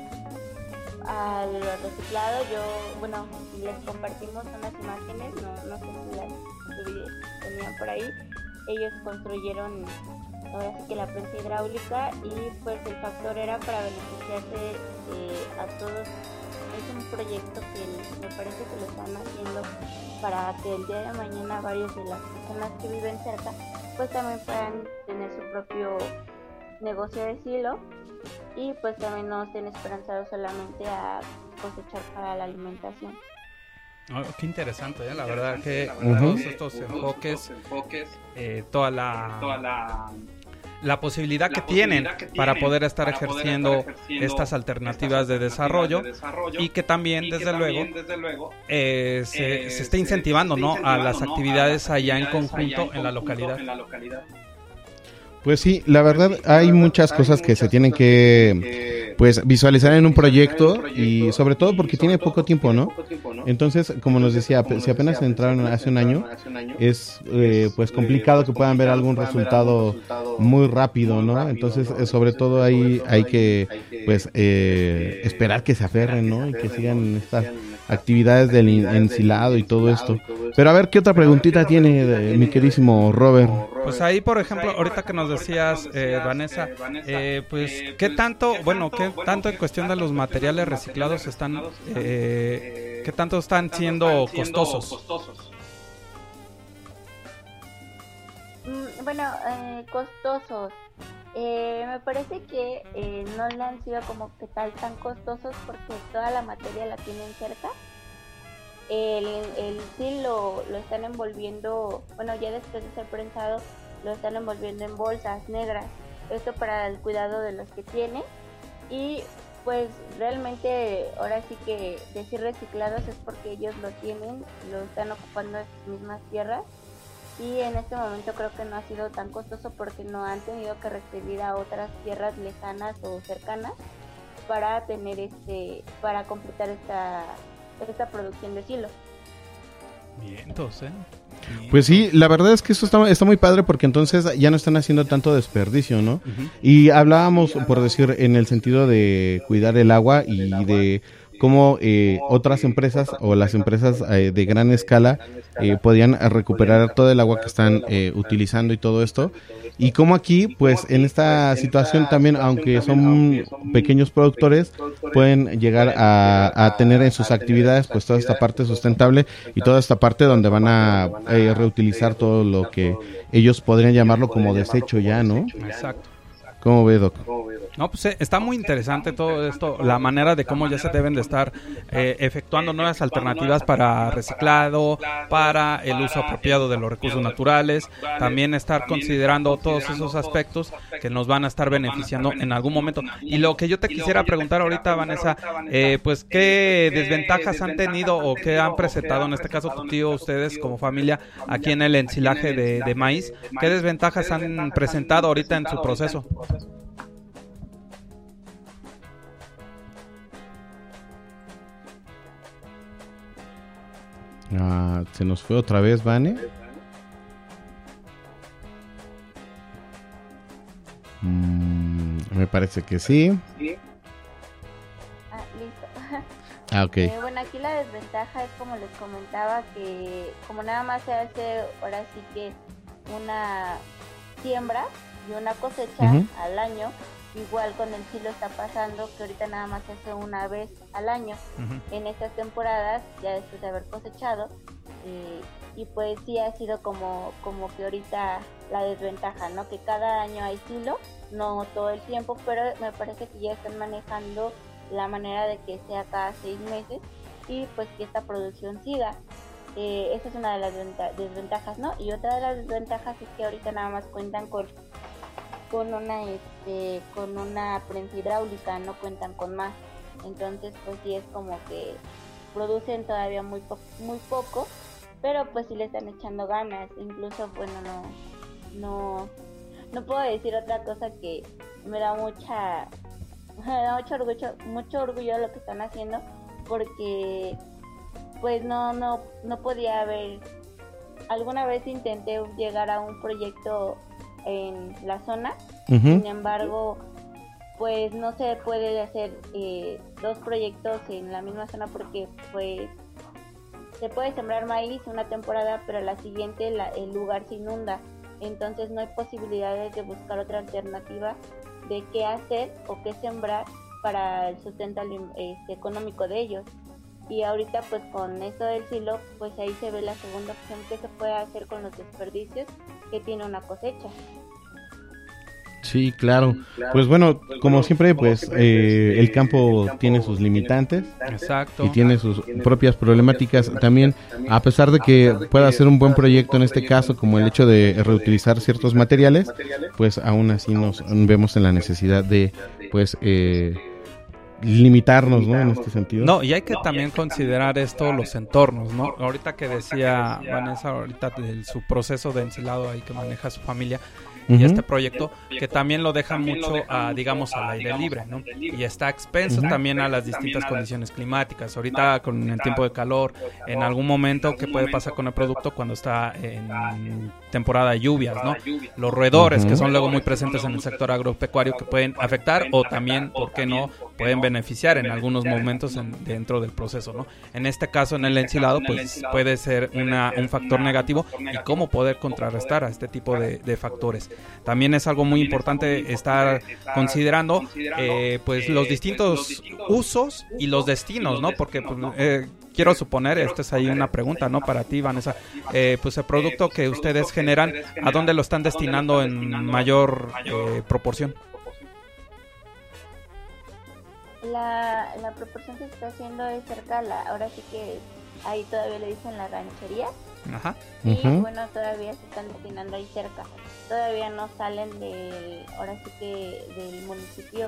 al reciclado. Yo, bueno, les compartimos unas imágenes, no, no sé si las tenían por ahí. Ellos construyeron ahora sí que la prensa hidráulica y pues el factor era para beneficiarse eh, a todos. Es un proyecto que me parece que lo están haciendo para que el día de mañana varios de las personas que viven cerca pues también puedan tener su propio negocio de silo y pues también no estén esperanzados solamente a cosechar para la alimentación.
Oh, qué interesante, ¿eh? La verdad que uh-huh. todos estos enfoques, eh, toda la... Toda la... la posibilidad, la que, posibilidad tienen que tienen para poder estar, para ejerciendo, poder estar ejerciendo estas alternativas, estas de, desarrollo, de desarrollo y que también, y desde, que luego, también desde luego, eh, se, eh, se está incentivando, se, ¿no? incentivando a las ¿no? actividades, a las allá, actividades en conjunto, allá en, conjunto en, la localidad. en la localidad.
Pues sí, la verdad hay muchas cosas que se tienen que pues visualizar en un proyecto y sobre todo porque tiene poco tiempo, ¿no? Entonces, como nos decía, si apenas entraron hace un año, es eh, pues complicado que puedan ver algún resultado muy rápido, ¿no? Entonces, sobre todo ahí hay que pues eh, esperar que se aferren, ¿no? Y que sigan estas actividades del ensilado y todo esto. Pero a ver, ¿qué otra preguntita tiene de, mi queridísimo Robert?
Pues ahí, por ejemplo, ahorita que nos decías, eh, Vanessa, eh, pues, ¿qué tanto, bueno, qué tanto en cuestión de los materiales reciclados están, eh, qué tanto están siendo costosos?
Mm, bueno, eh, costosos. Eh, me parece que eh, no le han sido como que tal tan costosos porque toda la materia la tienen cerca. El, el sí lo, lo están envolviendo, bueno, ya después de ser prensado, lo están envolviendo en bolsas negras. Esto para el cuidado de los que tienen. Y pues realmente ahora sí que decir reciclados es porque ellos lo tienen, lo están ocupando en sus mismas tierras. Y en este momento creo que no ha sido tan costoso porque no han tenido que recibir a otras tierras lejanas o cercanas para tener este, para completar esta, esta producción de silo.
Bien, entonces. Bien.
Pues sí, la verdad es que eso está, está muy padre porque entonces ya no están haciendo tanto desperdicio, ¿no? Uh-huh. Y hablábamos, por decir, en el sentido de cuidar el agua y de cómo eh, otras empresas o las empresas eh, de gran escala eh, podían recuperar todo el agua que están eh, utilizando y todo esto. Y como aquí, pues en esta situación también, aunque son pequeños productores, pueden llegar a, a tener en sus actividades pues toda esta parte sustentable y toda esta parte donde van a eh, reutilizar todo lo que ellos podrían llamarlo como desecho ya, ¿no?
Exacto.
¿Cómo ve, Doc?
No, pues eh, está muy interesante todo esto, la manera de cómo ya se deben de estar eh, efectuando nuevas alternativas para reciclado, para el uso apropiado de los recursos naturales, también estar considerando todos esos aspectos que nos van a estar beneficiando en algún momento. Y lo que yo te quisiera preguntar ahorita, Vanessa, eh, pues qué desventajas han tenido o qué han presentado, en este caso tu tío, ustedes como familia, aquí en el ensilaje de, de maíz, qué desventajas han presentado ahorita en su proceso.
Ah, se nos fue otra vez, Vane. Mm, me parece que sí.
Ah, listo.
Ah, ok.
Eh, bueno, aquí la desventaja es, como les comentaba, que como nada más se hace ahora sí que una siembra y una cosecha
Ujú.
al año, igual con el silo está pasando que ahorita nada más se hace una vez al año.
Uh-huh.
En estas temporadas, ya después de haber cosechado, eh, y pues sí ha sido como, como que ahorita la desventaja, ¿no? Que cada año hay silo, no todo el tiempo, pero me parece que ya están manejando la manera de que sea cada seis meses y pues que esta producción siga. Eh, esa es una de las venta- desventajas, ¿no? Y otra de las desventajas es que ahorita nada más cuentan con con una este con una prensa hidráulica, no cuentan con más. Entonces pues sí es como que producen todavía muy po- muy poco, pero pues sí le están echando ganas. Incluso bueno, no no no puedo decir otra cosa, que me da mucha me da mucho orgullo mucho orgullo lo que están haciendo, porque pues no no no podía haber. Alguna vez intenté llegar a un proyecto en la zona,
Uh-huh.
sin embargo pues no se puede hacer eh, dos proyectos en la misma zona, porque pues se puede sembrar maíz una temporada, pero la siguiente la, el lugar se inunda. Entonces no hay posibilidades de buscar otra alternativa de qué hacer o qué sembrar para el sustento este, económico de ellos. Y ahorita pues con esto del silo, pues ahí se ve la segunda opción que se puede hacer con los desperdicios que tiene una cosecha.
Sí, claro. Pues bueno, como siempre, pues eh, el campo tiene sus limitantes.
Exacto.
Y tiene sus propias problemáticas también, a pesar de que pueda ser un buen proyecto en este caso, como el hecho de reutilizar ciertos materiales, pues aún así nos vemos en la necesidad de, pues, eh, limitarnos, ¿no? En este sentido.
No, y hay que también considerar esto, los entornos, ¿no? Ahorita que decía Vanessa, ahorita de su proceso de ensilado ahí que maneja su familia, y
Uh-huh.
este proyecto, que también lo deja mucho, a, digamos, al aire libre, ¿no? Y está expenso
Uh-huh.
también a las distintas condiciones climáticas. Ahorita con el tiempo de calor, en algún momento, ¿qué puede pasar con el producto cuando está en temporada de lluvias, ¿no? Los roedores,
Uh-huh.
que son luego muy presentes en el sector agropecuario, que pueden afectar o también, ¿por qué no?, pueden beneficiar en algunos momentos en, dentro del proceso, ¿no? En este caso, en el ensilado, pues puede ser una, un factor negativo, y cómo poder contrarrestar a este tipo de, de factores. También es algo muy importante estar considerando eh, pues los distintos usos y los destinos, ¿no? Porque pues, eh, quiero suponer, esta es ahí una pregunta, ¿no? Para ti, Vanessa, eh, pues el producto que ustedes generan, ¿a dónde lo están destinando en mayor eh, proporción?
La, la proporción que se está haciendo es cerca, la, ahora sí que ahí todavía le dicen la ranchería.
Ajá.
Y
Ujú.
bueno, todavía se están destinando ahí cerca. Todavía no salen del, ahora sí que del municipio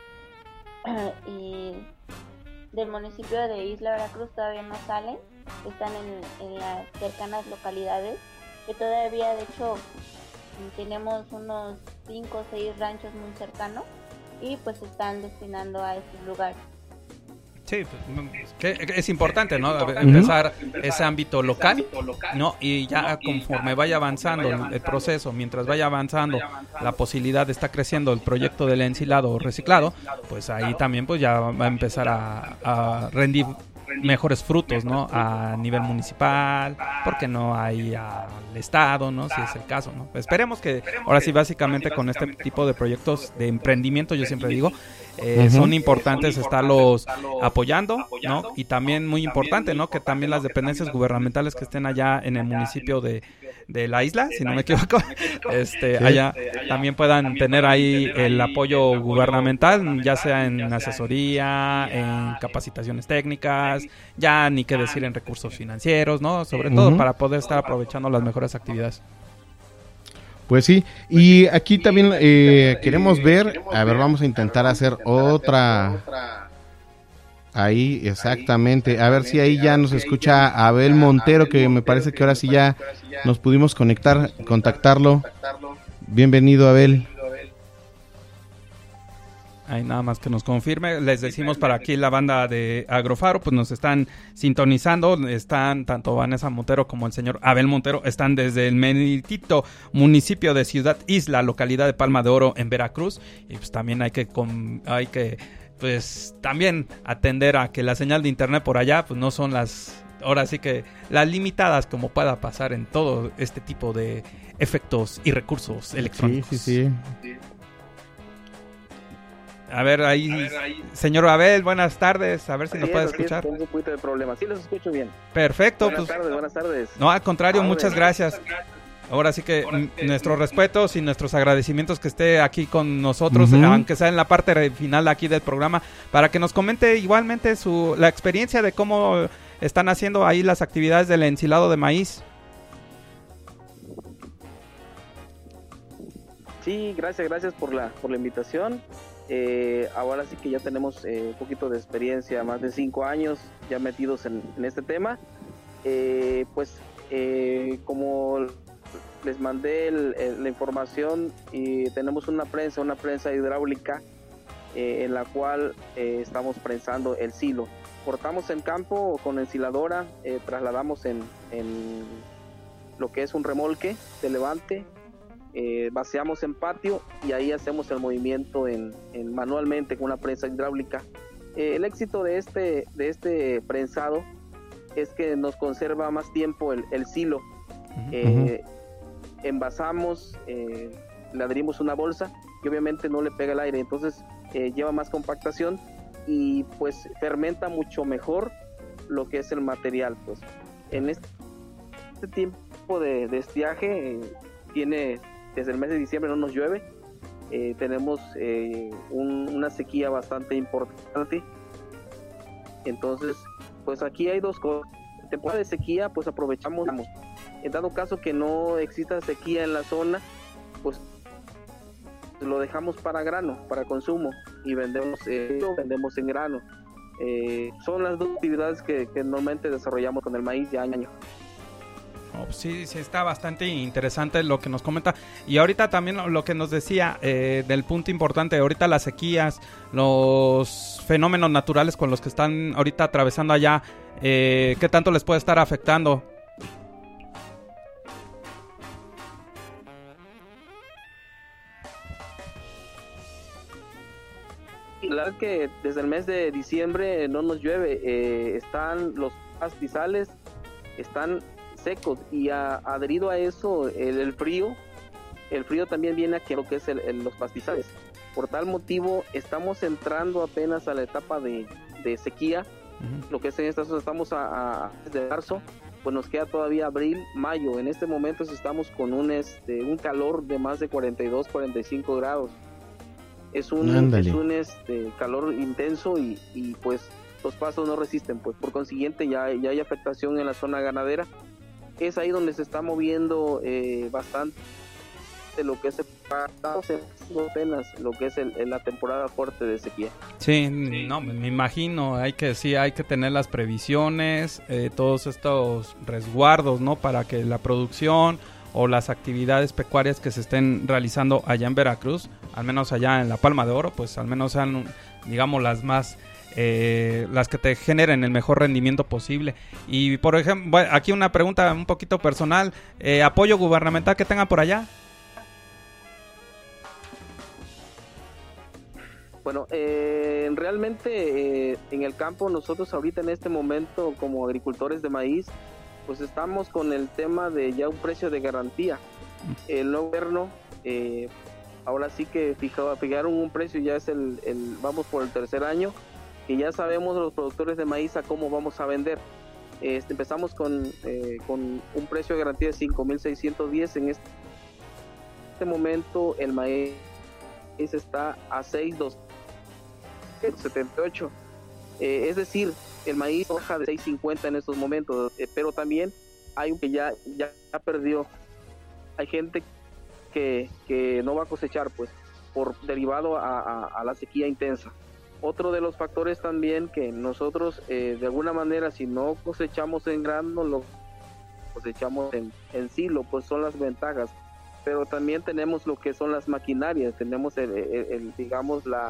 y del municipio de Isla Veracruz todavía no salen. Están en, en las cercanas localidades, que todavía de hecho tenemos unos cinco o seis ranchos muy cercanos, y pues se están destinando a estos lugares.
Sí, pues, que es importante, ¿no? Empezar ese ámbito local, ¿no? Y ya conforme vaya avanzando el, el proceso, mientras vaya avanzando, la posibilidad está creciendo el proyecto del ensilado o reciclado, pues ahí también pues ya va a empezar a, a rendir mejores frutos, ¿no? A nivel municipal, porque no hay al estado, ¿no? Si es el caso, ¿no? Esperemos que ahora sí, básicamente con este tipo de proyectos de emprendimiento, yo siempre digo, eh,
Uh-huh.
son importantes estarlos apoyando, ¿no? Y también muy importante, ¿no? Que también las dependencias gubernamentales que estén allá en el municipio de, de la isla, si no me equivoco, este, allá también puedan tener ahí el apoyo gubernamental, ya sea en asesoría, en capacitaciones técnicas, ya ni qué decir en recursos financieros, ¿no? Sobre todo
Uh-huh.
para poder estar aprovechando las mejores actividades.
Pues sí, y aquí también eh, queremos ver, a ver, vamos a intentar hacer otra, ahí exactamente, a ver si ahí ya nos escucha Abel Montero, que me parece que ahora sí ya nos pudimos conectar, contactarlo. Bienvenido, Abel.
Ahí nada más que nos confirme. Les decimos para aquí la banda de Agrofaro, pues nos están sintonizando. Están tanto Vanessa Montero como el señor Abel Montero. Están desde el meritito municipio de Ciudad Isla, localidad de Palma de Oro, en Veracruz. Y pues también hay que, con, hay que pues también atender a que la señal de internet por allá pues no son las, ahora sí que las limitadas como pueda pasar en todo este tipo de efectos y recursos electrónicos.
Sí, sí, sí.
A ver, ahí, a ver, ahí, señor Abel, buenas tardes, a ver si
así
nos
es,
puede
así
escuchar.
Es, tengo un poquito de problema, sí los escucho bien.
Perfecto.
Buenas
pues,
tardes, buenas tardes.
No, al contrario,
Ah,
muchas gracias. Ahora sí que Ahora, eh, nuestros respetos y nuestros agradecimientos que esté aquí con nosotros, uh-huh. aunque sea en la parte final aquí del programa, para que nos comente igualmente su la experiencia de cómo están haciendo ahí las actividades del ensilado de maíz.
Sí, gracias, gracias por la por la invitación. Eh, ahora sí que ya tenemos eh, un poquito de experiencia, más de cinco años ya metidos en, en este tema. Eh, pues eh, como les mandé el, el, la información, y tenemos una prensa, una prensa hidráulica eh, en la cual eh, estamos prensando el silo. Cortamos en campo con ensiladora, eh, trasladamos en, en lo que es un remolque de levante. Eh, vaciamos en patio y ahí hacemos el movimiento en, en manualmente con una prensa hidráulica. Eh, el éxito de este, de este prensado es que nos conserva más tiempo el, el silo. Uh-huh. Eh, envasamos, eh, le adherimos una bolsa y obviamente no le pega el aire, entonces eh, lleva más compactación y pues fermenta mucho mejor lo que es el material. Pues en este, este tiempo de, de estiaje eh, tiene... Desde el mes de diciembre no nos llueve, eh, tenemos eh, un, una sequía bastante importante. Entonces, pues aquí hay dos cosas. En temporada de sequía, pues aprovechamos. En dado caso que no exista sequía en la zona, pues lo dejamos para grano, para consumo, y vendemos, eh, vendemos en grano. Eh, son las dos actividades que, que normalmente desarrollamos con el maíz de año a año.
Oh, sí, sí, está bastante interesante lo que nos comenta. Y ahorita también lo que nos decía eh, del punto importante, ahorita las sequías, los fenómenos naturales con los que están ahorita atravesando allá, eh, ¿qué tanto les puede estar afectando?
La verdad que desde el mes de diciembre no nos llueve, eh, están los pastizales, están secos, y a, adherido a eso el, el frío el frío también viene a que lo que es el, el, los pastizales. Por tal motivo estamos entrando apenas a la etapa de, de sequía. Uh-huh. Lo que es en estas estamos a, a desde marzo, pues nos queda todavía abril, mayo. En este momento estamos con un este un calor de más de cuarenta y dos, cuarenta y cinco grados. Es un es un este calor intenso y, y pues los pastos no resisten, pues por consiguiente ya, ya hay afectación en la zona ganadera. Es ahí donde se está moviendo eh, bastante lo que es apenas lo que es el, el, la temporada fuerte de sequía.
Sí, no, me imagino, hay que sí, hay que tener las previsiones, eh, todos estos resguardos, ¿no? Para que la producción o las actividades pecuarias que se estén realizando allá en Veracruz, al menos allá en la Palma de Oro, pues al menos sean, digamos, las más Eh, las que te generen el mejor rendimiento posible. Y por ejemplo, bueno, aquí una pregunta un poquito personal, eh, apoyo gubernamental que tengan por allá.
Bueno, eh, realmente eh, en el campo nosotros ahorita en este momento como agricultores de maíz, pues estamos con el tema de ya un precio de garantía. El gobierno eh, ahora sí que fijaba, fijaron un precio, ya es el, el, vamos por el tercer año, que ya sabemos los productores de maíz a cómo vamos a vender. Este, empezamos con, eh, con un precio de garantía de cinco mil seiscientos diez. En este, este momento el maíz está a seis mil doscientos setenta y ocho. Eh, es decir, el maíz baja de seis cincuenta en estos momentos, eh, pero también hay un que ya, ya, ya perdió. Hay gente que, que no va a cosechar, pues, por derivado a, a, a la sequía intensa. Otro de los factores también que nosotros, eh, de alguna manera, si no cosechamos en grano, lo cosechamos en, en silo, pues son las ventajas. Pero también tenemos lo que son las maquinarias, tenemos, el, el, el, digamos, la,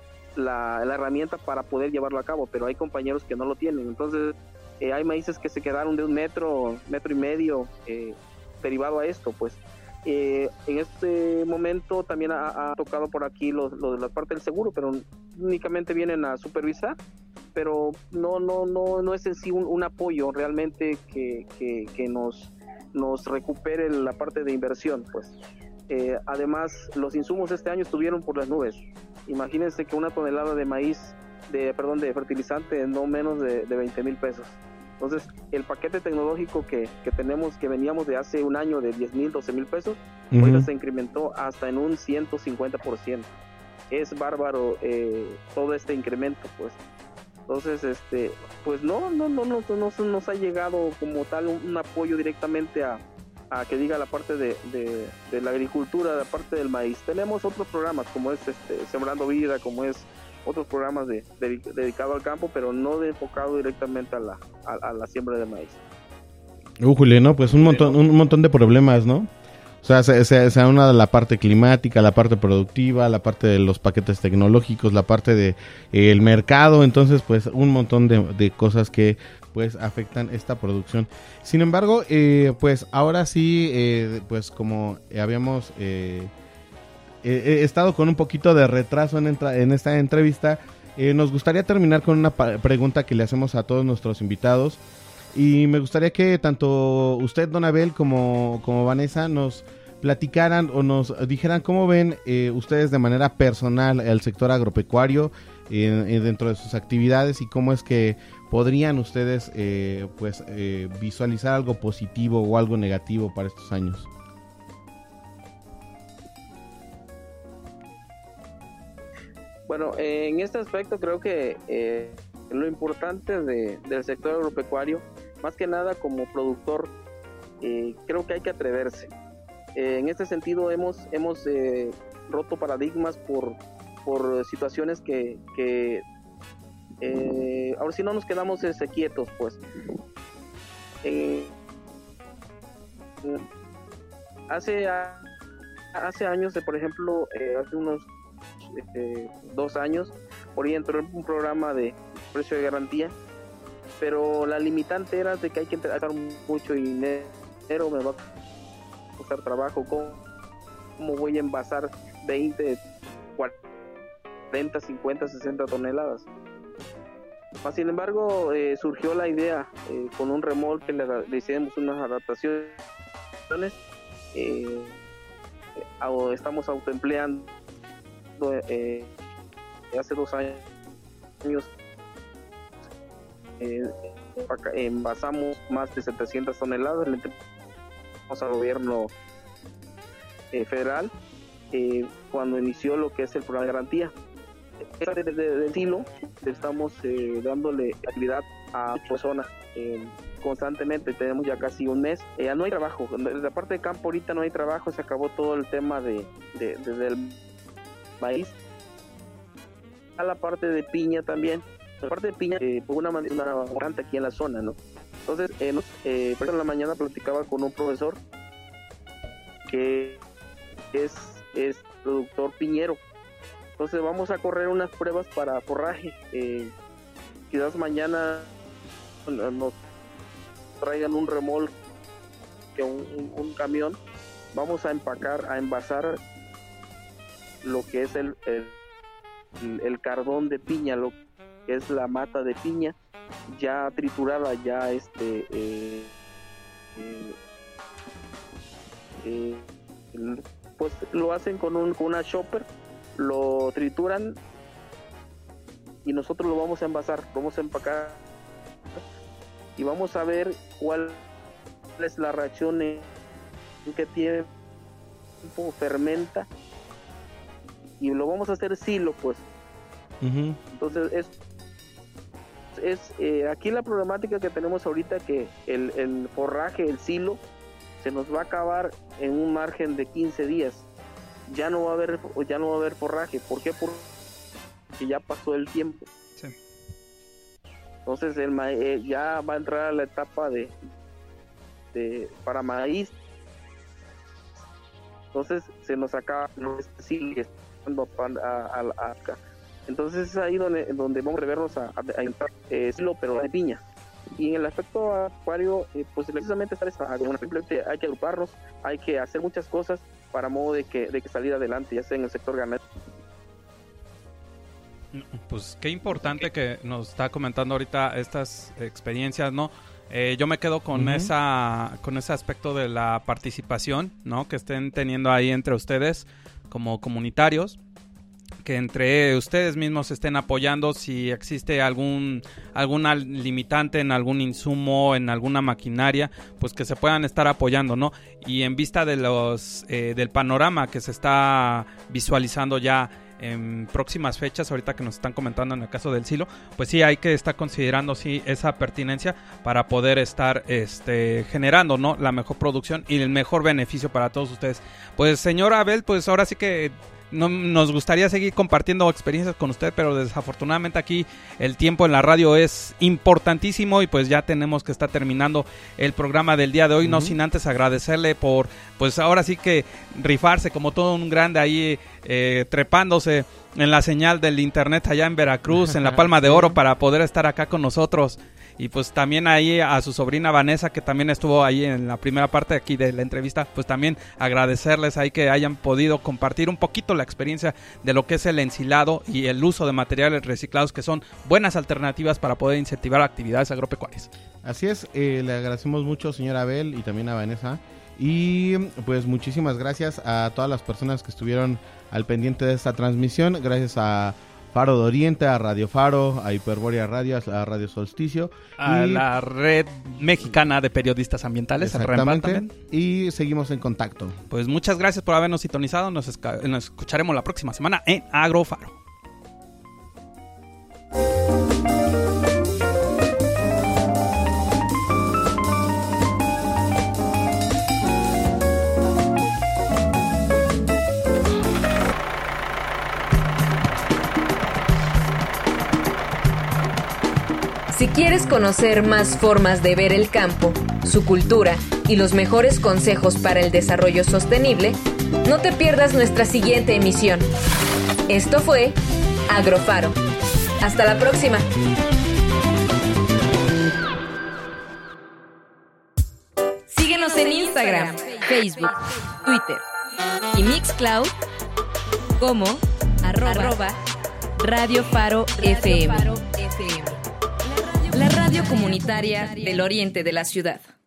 la, la herramienta para poder llevarlo a cabo, pero hay compañeros que no lo tienen. Entonces, eh, hay maíces que se quedaron de un metro, metro y medio, eh, derivado a esto, pues. Eh, en este momento también ha, ha tocado por aquí los, los, la parte del seguro, pero únicamente vienen a supervisar, pero no no no no es en sí un, un apoyo realmente que, que, que nos nos recupere la parte de inversión, pues. Eh, además, los insumos este año estuvieron por las nubes. Imagínense que una tonelada de maíz, de perdón, de fertilizante, no menos de, de veinte mil pesos. Entonces, el paquete tecnológico que, que tenemos, que veníamos de hace un año de diez mil, doce mil pesos, uh-huh. Hoy se incrementó hasta en un ciento cincuenta por ciento. Es bárbaro eh, todo este incremento, pues. Entonces, este, pues no, no, no, no, no, no nos ha llegado como tal un, un apoyo directamente a, a que diga la parte de, de, de la agricultura, la parte del maíz. Tenemos otros programas como es este, Sembrando Vida, como es otros programas de, de, dedicados al campo, pero no de enfocado directamente a la, a, a la siembra de maíz.
Újule, ¿no? Pues un montón, un montón de problemas, ¿no? O sea, se, se, se una de la parte climática, la parte productiva, la parte de los paquetes tecnológicos, la parte de eh, el mercado, entonces pues un montón de, de cosas que pues afectan esta producción. Sin embargo, eh, pues ahora sí, eh, pues como habíamos eh, eh, estado con un poquito de retraso en, entra- en esta entrevista, eh, nos gustaría terminar con una pa- pregunta que le hacemos a todos nuestros invitados. Y me gustaría que tanto usted, don Abel, como, como Vanessa, nos platicaran o nos dijeran cómo ven eh, ustedes de manera personal el sector agropecuario eh, eh, dentro de sus actividades y cómo es que podrían ustedes eh, pues eh, visualizar algo positivo o algo negativo para estos años.
Bueno, eh, en este aspecto creo que eh, lo importante de, del sector agropecuario, más que nada como productor, eh, creo que hay que atreverse. Eh, en este sentido hemos hemos eh, roto paradigmas por, por situaciones que, que eh, ahora si no nos quedamos este, quietos, pues. Eh, hace, hace años, por ejemplo, eh, hace unos eh, dos años, por ahí entró un programa de precio de garantía, pero la limitante era de que hay que gastar mucho dinero, me va a costar trabajo, ¿cómo, cómo voy a envasar veinte, cuarenta, cincuenta, sesenta toneladas? Sin embargo, eh, surgió la idea eh, con un remolque, le, le hicimos unas adaptaciones, eh, estamos autoempleando eh, hace dos años eh, envasamos más de setecientas toneladas, le entregamos al gobierno eh, federal eh, cuando inició lo que es el programa de garantía. Desde de, de, de estilo estamos eh, dándole actividad a personas eh, constantemente, tenemos ya casi un mes, eh, ya no hay trabajo, en la parte de campo ahorita no hay trabajo, se acabó todo el tema de, de, de del maíz. A la parte de piña también, la parte de piña eh, por una manera una aquí en la zona, ¿no? Entonces, eh, nos, eh, por en la mañana platicaba con un profesor que es, es productor piñero. Entonces vamos a correr unas pruebas para forraje. Eh, quizás mañana nos traigan un remolque, un, un, un camión. Vamos a empacar, a envasar lo que es el, el, el cardón de piña, lo que es la mata de piña, ya triturada, ya este... Eh, eh, eh, pues lo hacen con, un, con una chopper, lo trituran y nosotros lo vamos a envasar, lo vamos a empacar y vamos a ver cuál es la reacción en qué tiempo fermenta y lo vamos a hacer silo, pues. Uh-huh. Entonces es es eh, aquí la problemática que tenemos ahorita, que el, el forraje, el silo se nos va a acabar en un margen de quince días. Ya no va a haber ya no va a haber forraje. ¿Por qué? Porque ya pasó el tiempo. Sí. Entonces el ma- eh, ya va a entrar a la etapa de, de para maíz. Entonces se nos acaba, no sigue estando a, a, a, a, entonces es ahí donde, donde vamos a revernos a, a, a entrar eh, silo, pero de piña. Y en el aspecto acuario, eh, pues precisamente estar esa, simplemente hay que agruparnos, hay que hacer muchas cosas para modo de que, de que salir adelante, ya sea en el sector ganadero.
Pues qué importante que nos está comentando ahorita estas experiencias, ¿no? Eh, yo me quedo con uh-huh. esa con ese aspecto de la participación, ¿no? Que estén teniendo ahí entre ustedes como comunitarios, que entre ustedes mismos estén apoyando si existe algún alguna limitante en algún insumo, en alguna maquinaria, pues que se puedan estar apoyando, ¿no? Y en vista de los eh, del panorama que se está visualizando ya en próximas fechas, ahorita que nos están comentando en el caso del silo, pues sí hay que estar considerando sí esa pertinencia para poder estar este generando, ¿no?, la mejor producción y el mejor beneficio para todos ustedes. Pues señor Abel, pues ahora sí que no, nos gustaría seguir compartiendo experiencias con usted, pero desafortunadamente aquí el tiempo en la radio es importantísimo y pues ya tenemos que estar terminando el programa del día de hoy, uh-huh. no sin antes agradecerle por, pues ahora sí que rifarse como todo un grande ahí eh, trepándose en la señal del internet allá en Veracruz, en la Palma de Oro, para poder estar acá con nosotros. Y pues también ahí a su sobrina Vanessa, que también estuvo ahí en la primera parte aquí de la entrevista, pues también agradecerles ahí que hayan podido compartir un poquito la experiencia de lo que es el ensilado y el uso de materiales reciclados, que son buenas alternativas para poder incentivar actividades agropecuarias.
Así es, eh, le agradecemos mucho, señor Abel, y también a Vanessa. Y pues muchísimas gracias a todas las personas que estuvieron al pendiente de esta transmisión. Gracias a Faro de Oriente, a Radio Faro, a Hiperbórea Radio, a Radio Solsticio.
A
y
la Red Mexicana de Periodistas Ambientales, el REMBA también.
Y seguimos en contacto.
Pues muchas gracias por habernos sintonizado. Nos, esca- nos escucharemos la próxima semana en Agrofaro.
Si quieres conocer más formas de ver el campo, su cultura y los mejores consejos para el desarrollo sostenible, no te pierdas nuestra siguiente emisión. Esto fue Agrofaro. Hasta la próxima. Síguenos en Instagram, Facebook, Twitter y Mixcloud como arroba Radio Faro F M. La radio comunitaria del oriente de la ciudad.